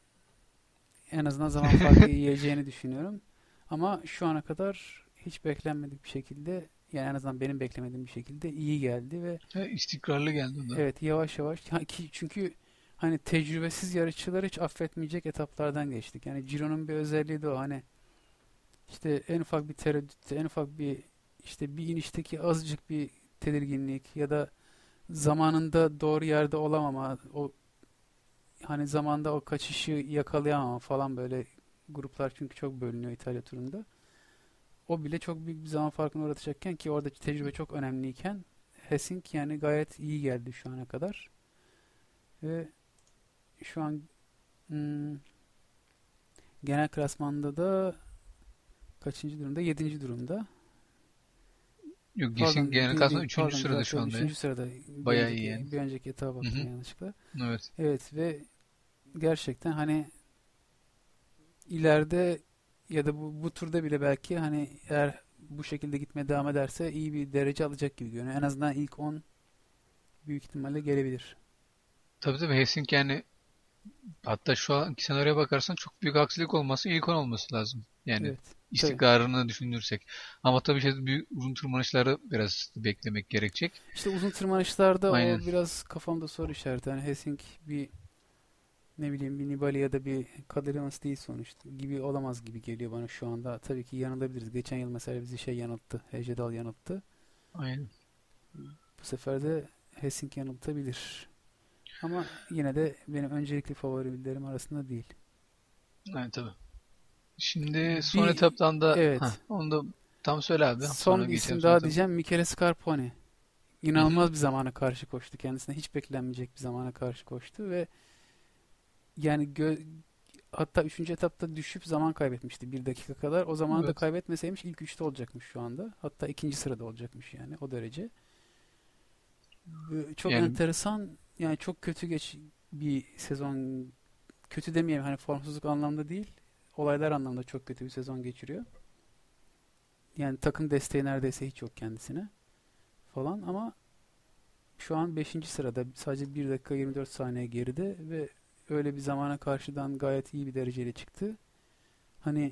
en azından zaman farkı yiyeceğini düşünüyorum. Ama şu ana kadar hiç beklenmedik bir şekilde, yani en azından benim beklemediğim bir şekilde iyi geldi ve Ve istikrarlı geldi o da. evet, yavaş yavaş Ha, ki çünkü hani tecrübesiz yarışçıları hiç affetmeyecek etaplardan geçtik. Yani Ciro'nun bir özelliği de o. Hani işte en ufak bir tereddütte, en ufak bir işte bir inişteki azıcık bir tedirginlik ya da zamanında doğru yerde olamama, o hani zamanda o kaçışı yakalayamama falan, böyle gruplar çünkü çok bölünüyor İtalya turunda. O bile çok büyük bir zaman farkını uğratacakken, ki oradaki tecrübe çok önemliyken, Hessink yani gayet iyi geldi şu ana kadar. Ve şu an hmm, genel klasmanda da kaçıncı durumda? Yedinci durumda. Yok, Pardon, Gissing genel değil, klasman değil, üçüncü pardon, sırada şu düzeltiyorum. anda ya. Üçüncü sırada. Bir Bayağı önceki, iyi yani. bir önceki etaba Hı baktım hı. yanlışlıkla. Evet. Evet ve gerçekten hani ileride ya da bu, bu turda bile belki hani eğer bu şekilde gitmeye devam ederse iyi bir derece alacak gibi görünüyor. En azından ilk on büyük ihtimalle gelebilir. Tabii tabii, Hessink yani, hatta şu anki senaryoya bakarsan çok büyük aksilik olması ilk on olması lazım. Yani Evet. Tabii. istikrarını düşünürsek. Ama tabii şey, büyük uzun tırmanışları biraz beklemek gerekecek. İşte uzun tırmanışlarda Aynen. o biraz kafamda soru işareti. Hani Hessink bir, ne bileyim, bir Nibali ya da bir Kaderemos değil sonuçta gibi olamaz gibi geliyor bana şu anda. Tabii ki yanılabiliriz. Geçen yıl mesela bizi şey yanılttı. Hecedal yanılttı. Aynen. Bu sefer de Hessink yanıltabilir. Ama yine de benim öncelikli favorilerim arasında değil. Aynen tabii. Şimdi son Bir etaptan da evet. heh, onu da tam söyle abi. Son Sonra bir geçelim isim son daha etaba. diyeceğim. Michele Scarponi. İnanılmaz bir zamana karşı koştu kendisine. Hiç beklenmeyecek bir zamana karşı koştu ve yani gö- hatta üçüncü etapta düşüp zaman kaybetmişti bir dakika kadar. O zamanı da Evet. kaybetmeseymiş ilk üçte olacakmış şu anda. Hatta ikinci sırada olacakmış yani, o derece. Ee, Çok Yani enteresan, yani çok kötü geç bir sezon, kötü demeyeyim hani formsuzluk anlamda değil, olaylar anlamda çok kötü bir sezon geçiriyor. Yani takım desteği neredeyse hiç yok kendisine falan, ama şu an beşinci sırada, sadece bir dakika yirmi dört saniye geride ve öyle bir zamana karşıdan gayet iyi bir dereceyle çıktı. Hani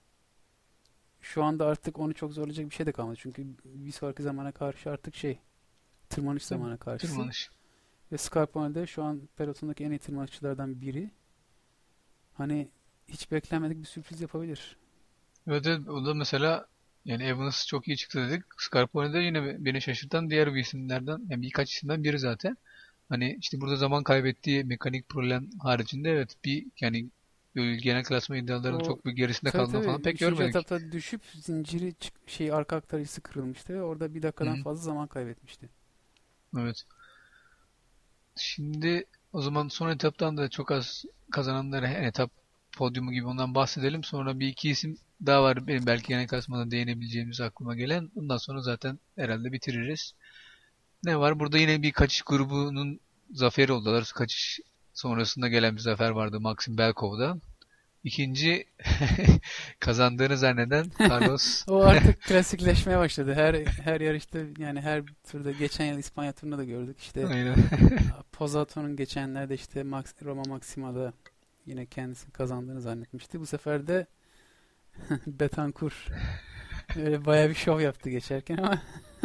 şu anda artık onu çok zorlayacak bir şey de kalmadı. Çünkü bir sonraki zamana karşı artık şey, tırmanış tabii, zamana karşısı. tırmanış. Ve Scarpone de şu an pelotondaki en iyi tırmanışçılardan biri. Hani hiç beklenmedik bir sürpriz yapabilir. Evet, evet, o da mesela, yani Evans çok iyi çıktı dedik. Scarpone de yine beni şaşırtan diğer bir isimlerden, yani birkaç isimden biri zaten. Hani işte burada zaman kaybettiği mekanik problem haricinde, evet, bir yani böyle genel klasman iddialarının O çok bir gerisinde tabii kaldığını tabii falan pek üçüncü görmedik. etapta düşüp zinciri çık- şey arka aktarıcısı kırılmıştı ve orada bir Hı dakikadan hı. fazla zaman kaybetmişti. Evet. Şimdi o zaman son etaptan da çok az kazananlara, her etap podyumu gibi, ondan bahsedelim. Sonra bir iki isim daha var benim belki genel klasmana değinebileceğimiz aklıma gelen. Bundan sonra zaten herhalde bitiririz. Ne var? Burada yine bir kaçış grubunun zaferi oldu. Daha doğrusu kaçış sonrasında gelen bir zafer vardı Maxim Belkov'da. İkinci kazandığını zanneden Carlos. O artık klasikleşmeye başladı. Her her yarışta, yani her turda, geçen yıl İspanya turunda da gördük. İşte Aynen. Pozzato'nun geçenlerde işte Max, Roma Maxima'da yine kendisini kazandığını zannetmişti. Bu sefer de Betancourt öyle bayağı bir şov yaptı geçerken ama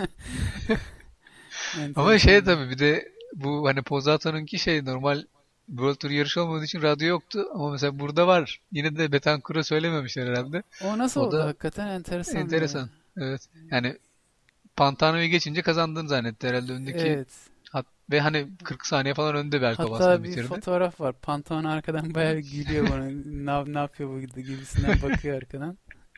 Ama şey, enteresan. tabii bir de bu hani Pozzato'nunki şey, normal World Tour yarışı olmadığı için radyo yoktu. Ama mesela burada var. Yine de Betancourt'a söylememişler herhalde. O nasıl O oldu? da Hakikaten enteresan ya. enteresan. Evet. Yani Pantano'yu geçince kazandığını zannetti herhalde öndeki. Evet. Hat ve hani kırk saniye falan önde Belkov aslında Hatta bir bitirdi. fotoğraf var. Pantone arkadan bayağı bir gülüyor bana. Ne, ne yapıyor bu gibisinden bakıyor arkadan.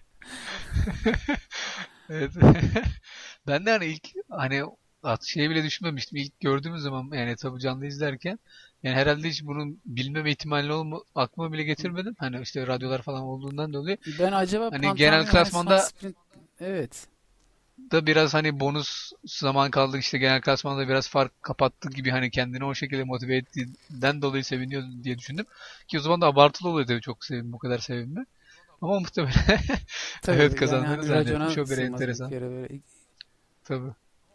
Evet. Ben de hani ilk hani at şeyi bile düşünmemiştim. İlk gördüğümüz zaman, yani tabii canlı izlerken, yani herhalde hiç bunun bilmeme ihtimali olma, aklıma bile getirmedim. Hani işte radyolar falan olduğundan dolayı. Ben acaba Hani genel Pantano'yu hani son klasmanda sprint, evet. da biraz hani bonus zaman kaldı, işte genel klasmanda biraz fark kapattı gibi, hani kendini o şekilde motive ettiğinden dolayı seviniyor diye düşündüm. Ki o zaman da abartılı oluyor tabii, çok sevim bu kadar sevinme. Ama muhtemelen Tabii, Evet, yani kazandığını hani zannetmiş. racona O bir sığmaz bir enteresan. kere böyle. Tabii.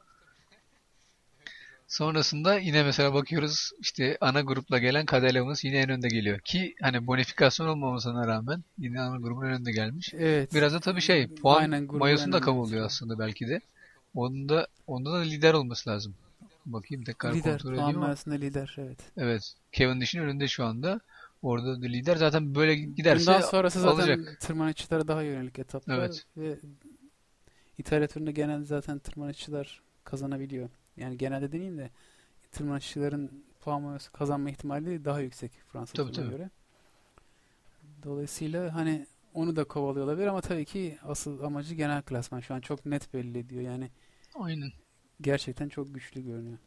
Sonrasında yine mesela bakıyoruz işte ana grupla gelen Kadelav'ımız yine en önde geliyor. Ki hani bonifikasyon olmamasına rağmen yine ana grubun en önde gelmiş. Evet. Biraz da tabii şey puan Aynen grubun en mayosunu da önden kavalıyor çıkıyor. aslında belki de. Onda, onda da lider olması lazım. Bakayım tekrar Lider. kontrol Puan edeyim ama. arasında lider. Evet. Evet. Cavendish'in önünde şu anda. Orada da lider. Zaten böyle Bundan giderse sonrası zaten alacak. tırmanışçılara daha yönelik etaplar Evet. ve İtalya turunda genelde zaten tırmanışçılar kazanabiliyor. Yani genelde demeyeyim de tırmanışçıların puan mayası kazanma ihtimali daha yüksek Fransa Tabii turuna tabii. göre. Dolayısıyla hani onu da kovalıyor olabilir ama tabii ki asıl amacı genel klasman. Şu an çok net belli ediyor. Yani Aynen. gerçekten çok güçlü görünüyor.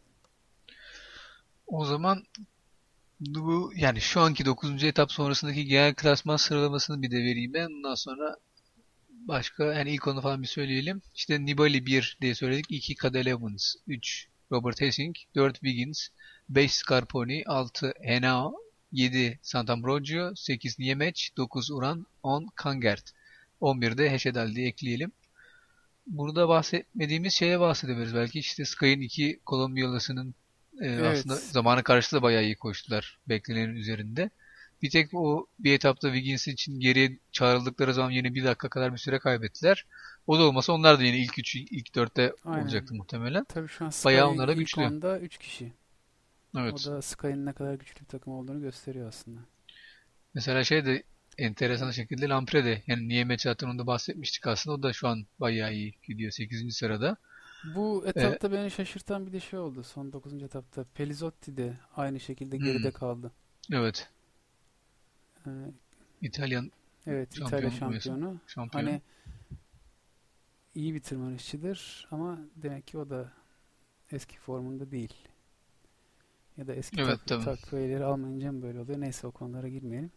O zaman bu yani şu anki dokuzuncu etap sonrasındaki genel klasman sıralamasını bir de vereyim ben. Ondan sonra başka yani ilk onu falan bir söyleyelim. İşte Nibali bir diye söyledik. iki Cadel Evans, üç Robert Hessing, dört Wiggins, beş Scarponi, altı Henao, yedi Sant'Ambrogio, sekiz Niemec, dokuz Uran, on Kangert. on bir de Heşedal diye ekleyelim. Burada bahsetmediğimiz şeye bahsedebiliriz. Belki işte Sky'ın iki Kolombiyalısının e, Evet. aslında zamanı karşısı da bayağı iyi koştular. Beklenenin üzerinde. Bir tek o bir etapta Wiggins için geriye çağrıldıkları zaman yine bir dakika kadar bir süre kaybettiler. O da olmasa onlar da yine ilk üç, ilk dörtte Aynen. olacaktı muhtemelen. Tabii şu an Bayağı Sky onlar da ilk güçlü. onda üç kişi. Evet. O da Sky'ın ne kadar güçlü bir takım olduğunu gösteriyor aslında. Mesela şey de enteresan şekilde Lamprede. Yani Niemec zaten onu da bahsetmiştik aslında. O da şu an bayağı iyi gidiyor. sekizinci sırada. Bu Ee, etapta beni şaşırtan bir de şey oldu. Son dokuzuncu etapta Pellizotti de aynı şekilde hmm, geride kaldı. evet. Ee, İtalyan evet, İtalya şampiyonu bu şampiyonu. şampiyon. Hani iyi bir tırmanışçıdır ama demek ki o da eski formunda değil. Ya da eski Evet tak tabii. takviyeleri almayınca mı böyle oluyor? Neyse o konulara girmeyelim.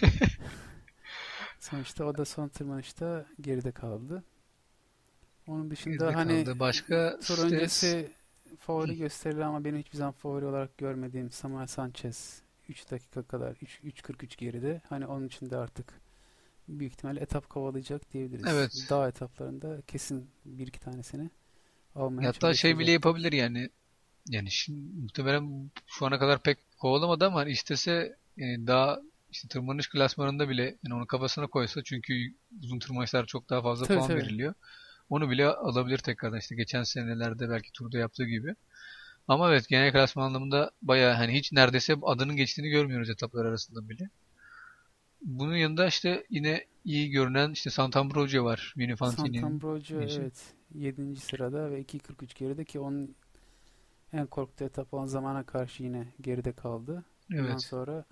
Sonuçta o da son tırmanışta geride kaldı. Onun dışında Geride hani kaldı. Başka tur işte öncesi favori gösterilir ama benim hiçbir zaman favori olarak görmediğim Samuel Sanchez üç dakika kadar üç kırk üç geride. Hani onun için de artık büyük ihtimalle etap kovalayacak diyebiliriz. evet. Dağ etaplarında kesin bir iki tanesini almaya Hatta şey bile çalışacaktır. yapabilir yani. Yani şimdi muhtemelen şu ana kadar pek kovalamadı ama hani istese yani daha işte tırmanış klasmanında bile yani onu kafasına koysa çünkü uzun tırmanışlar çok daha fazla Tabii puan tabii. veriliyor. Onu bile alabilir tekrardan işte geçen senelerde belki turda yaptığı gibi. Ama evet genel klasman anlamında bayağı hani hiç neredeyse adının geçtiğini görmüyoruz etaplar arasında bile. Bunun yanında işte yine iyi görünen işte Sant'Ambrogio var. Vini Fantini'nin Sant'Ambrogio eşi. evet yedinci sırada ve iki kırk üç geride ki onun en korktuğu etap olan zamana karşı yine geride kaldı. Ondan Evet. sonra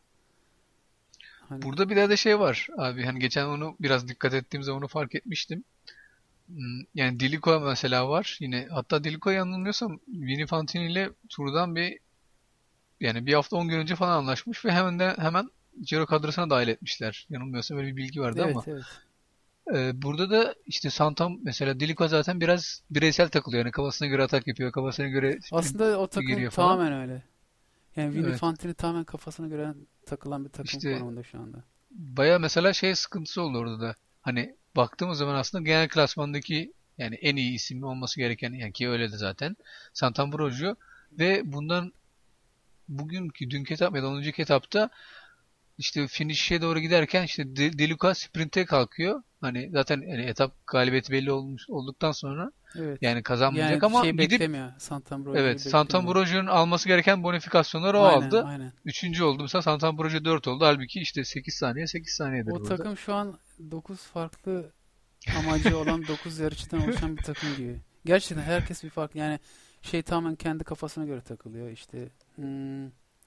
hani Burada bir de şey var abi hani geçen onu biraz dikkat ettiğim zaman onu fark etmiştim. Hmm, Yani Dilico mesela var. Yine hatta Dilico yanılmıyorsam Vini Fantini ile turdan bir yani bir hafta on gün önce falan anlaşmış ve hemen de hemen Giro kadrosuna dahil etmişler. Yanılmıyorsam öyle bir bilgi vardı evet ama evet. e, burada da işte Santam mesela Dilico zaten biraz bireysel takılıyor. Yani kafasına göre atak yapıyor, kafasına göre Aslında o sprint takım giriyor falan. tamamen öyle. Yani Vini Evet. Fantini tamamen kafasına göre takılan bir takım İşte konumunda şu anda. baya mesela şey sıkıntısı oldu orada da. Hani baktığımız zaman aslında genel klasmandaki yani en iyi isim olması gereken yani ki öyle de zaten Sant'Ambrogio ve bundan bugünkü dünkü etap ya da onuncu etapta işte finish'e doğru giderken işte De, De Luca sprinte kalkıyor. Hani zaten yani etap galibiyeti belli olmuş olduktan sonra Evet. yani kazanmayacak Yani ama şey gidip beklemiyor. Sant'Ambrogio'yu evet beklemiyor. Sant'Ambrogio'nun alması gereken bonifikasyonları o Aynen aldı. aynen. Üçüncü oldu. Mesela Sant'Ambrogio dört oldu. Halbuki işte sekiz saniye sekiz saniyedir O burada. takım şu an dokuz farklı amacı olan dokuz yarışçıdan oluşan bir takım gibi. Gerçekten herkes bir farklı. Yani şey tamamen kendi kafasına göre takılıyor. İşte hmm,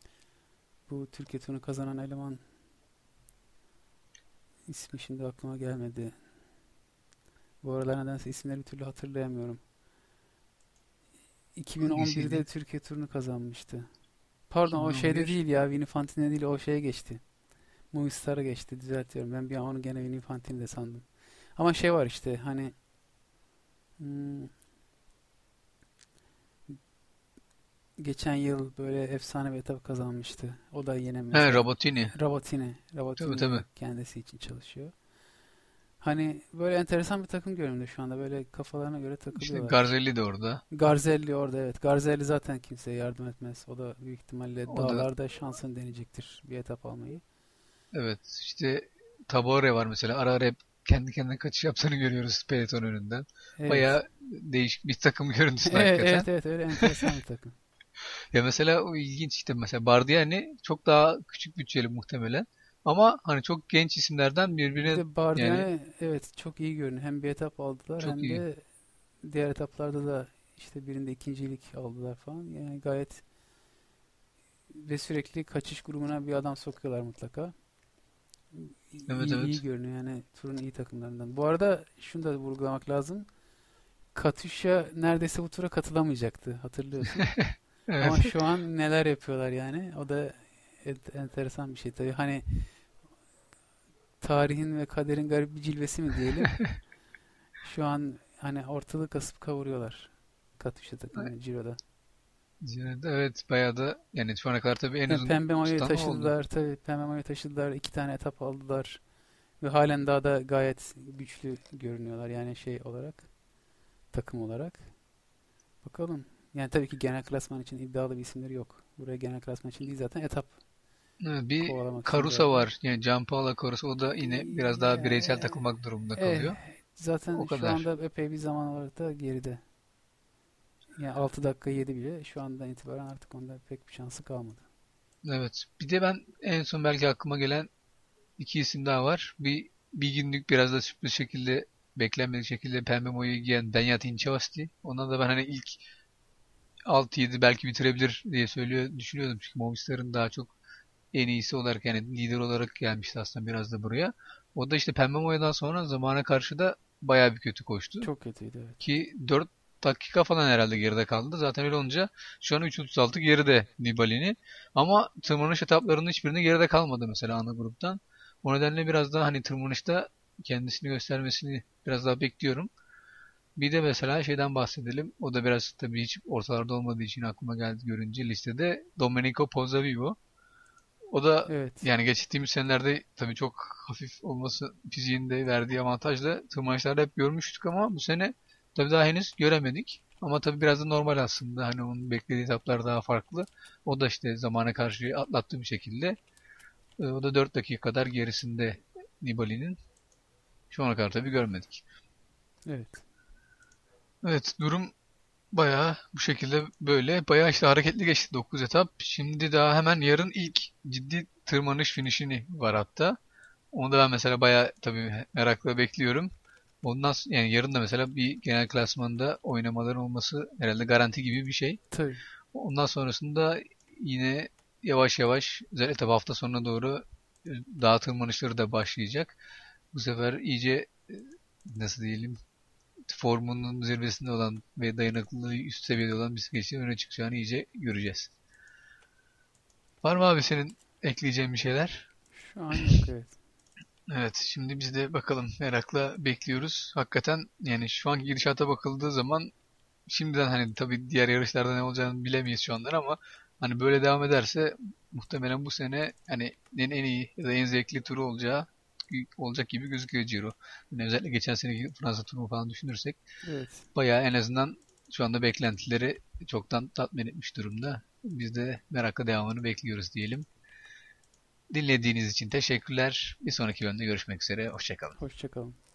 bu Türkiye turunu kazanan eleman ismi şimdi aklıma gelmedi. Bu aralar nedense isimleri bir türlü hatırlayamıyorum. iki bin on birde Hangisiydi? Türkiye turunu kazanmıştı. Pardon o şeyde iki bin on bir. değil ya. Vini Fantini değil o şeye geçti. Movistar'a geçti. Düzeltiyorum. Ben bir an onu gene Vini Fantini de sandım. Ama şey var işte hani hmm, geçen yıl böyle efsane bir etap kazanmıştı. O da yine He, mesela Rabottini. Rabottini. Tabii Rabottini tabii. kendisi için çalışıyor. Hani böyle enteresan bir takım görünüyor şu anda. Böyle kafalarına göre İşte takılıyorlar. Garzelli de orada. Garzelli orada, evet. Garzelli zaten kimseye yardım etmez. O da büyük ihtimalle O da dağlarda şansını deneyecektir bir etap almayı. evet işte Tabore var mesela. Ara ara hep kendi kendine kaçış yaptığını görüyoruz peloton önünden. Evet. Bayağı değişik bir takım görüntüsü Evet, hakikaten. evet, evet, öyle enteresan bir takım. Ya mesela o ilginç işte mesela Bardiani çok daha küçük bütçeli muhtemelen. Ama hani çok genç isimlerden Bir birbirine de yani Bardiani evet çok iyi görünüyor. Hem bir etap aldılar çok hem iyi. de diğer etaplarda da işte birinde ikincilik aldılar falan. Yani gayet ve sürekli kaçış grubuna bir adam sokuyorlar mutlaka. Evet İyi, iyi evet. görünüyor yani turun iyi takımlarından. Bu arada şunu da vurgulamak lazım. Katusha neredeyse bu tura katılamayacaktı hatırlıyorsun. Evet. Ama şu an neler yapıyorlar yani. O da et- enteresan bir şey tabii. Hani tarihin ve kaderin garip bir cilvesi mi diyelim. Şu an hani ortalığı kasıp kavuruyorlar. Katusha takımı Ciro'da. Evet bayağı da yani şu ana kadar tabii en Yani uzun pembe mayoyu tutan o oldu. taşıdılar tabii. Pembe mayoyu taşıdılar. İki tane etap aldılar. Ve halen daha da gayet güçlü görünüyorlar. Yani şey olarak, takım olarak. Bakalım. Yani tabii ki genel klasman için iddialı bir isimleri yok. Buraya genel klasman için değil zaten etap Evet, bir kovalamak için Caruso geldiler. var. Yani Gianpaolo Caruso o da yine biraz daha bireysel Ya, takılmak durumunda eh, kalıyor. zaten O şu kadar. anda epey bir zaman olarak da geride. Yani altı dakika yedi bile. Şu andan itibaren artık onda pek bir şansı kalmadı. Evet. Bir de ben en son belki aklıma gelen iki isim daha var. Bir bir günlük biraz da sürpriz şekilde beklenmedik şekilde pembe moyu giyen Benyat Incavasti. Ondan da ben hani ilk altı yedi belki bitirebilir diye söylüyor düşünüyordum. Çünkü Movistar'ın daha çok en iyisi olarak yani lider olarak gelmişti aslında biraz da buraya. O da işte pembe moyadan sonra zamana karşı da bayağı bir kötü koştu. Çok kötüydü, evet. Ki dört dakika falan herhalde geride kaldı. Zaten öyle olunca şu an üç otuz altı geride Nibali'ni. Ama tırmanış etaplarının hiçbirinde geride kalmadı mesela ana gruptan. O nedenle biraz daha hani tırmanışta kendisini göstermesini biraz daha bekliyorum. Bir de mesela şeyden bahsedelim. O da biraz tabii hiç ortalarda olmadığı için aklıma geldi görünce listede Domenico Pozzovivo. O da Evet. yani geçtiğimiz senelerde tabii çok hafif olması fiziğinde verdiği avantajla tırmanışlarda hep görmüştük ama bu sene tabii daha henüz göremedik. Ama tabii biraz da normal aslında. Hani onun beklediği etaplar daha farklı. O da işte zamana karşı atlattı bir şekilde. E, O da dört dakika kadar gerisinde Nibali'nin. Şu ana kadar tabii görmedik. Evet. Evet durum bayağı bu şekilde böyle. Bayağı işte hareketli geçti dokuz etap. Şimdi daha hemen yarın ilk ciddi tırmanış finişini var hatta. Onu da ben mesela bayağı tabii merakla bekliyorum. Ondan s- yani yarın da mesela bir genel klasmanda oynamaların olması herhalde garanti gibi bir şey. Tabii. Ondan sonrasında yine yavaş yavaş özellikle tabii hafta sonuna doğru e, dağ tırmanışları da başlayacak. Bu sefer iyice e, nasıl diyelim formunun zirvesinde olan ve dayanıklılığı üst seviyede olan bisikletçinin öne çıkacağını iyice göreceğiz. Var mı abi senin ekleyeceğin bir şeyler? Şu an yok, evet. Evet, şimdi biz de bakalım merakla bekliyoruz. Hakikaten yani şu anki gidişata bakıldığı zaman şimdiden hani tabii diğer yarışlarda ne olacağını bilemeyiz şu anlar ama hani böyle devam ederse muhtemelen bu sene hani en, en iyi ya da en zevkli turu olacağı olacak gibi gözüküyor Giro. Yani özellikle geçen seneki Fransa turu falan düşünürsek Evet. bayağı en azından şu anda beklentileri çoktan tatmin etmiş durumda. Biz de merakla devamını bekliyoruz diyelim. Dinlediğiniz için teşekkürler. Bir sonraki bölümde görüşmek üzere. Hoşça kalın. Hoşça kalın.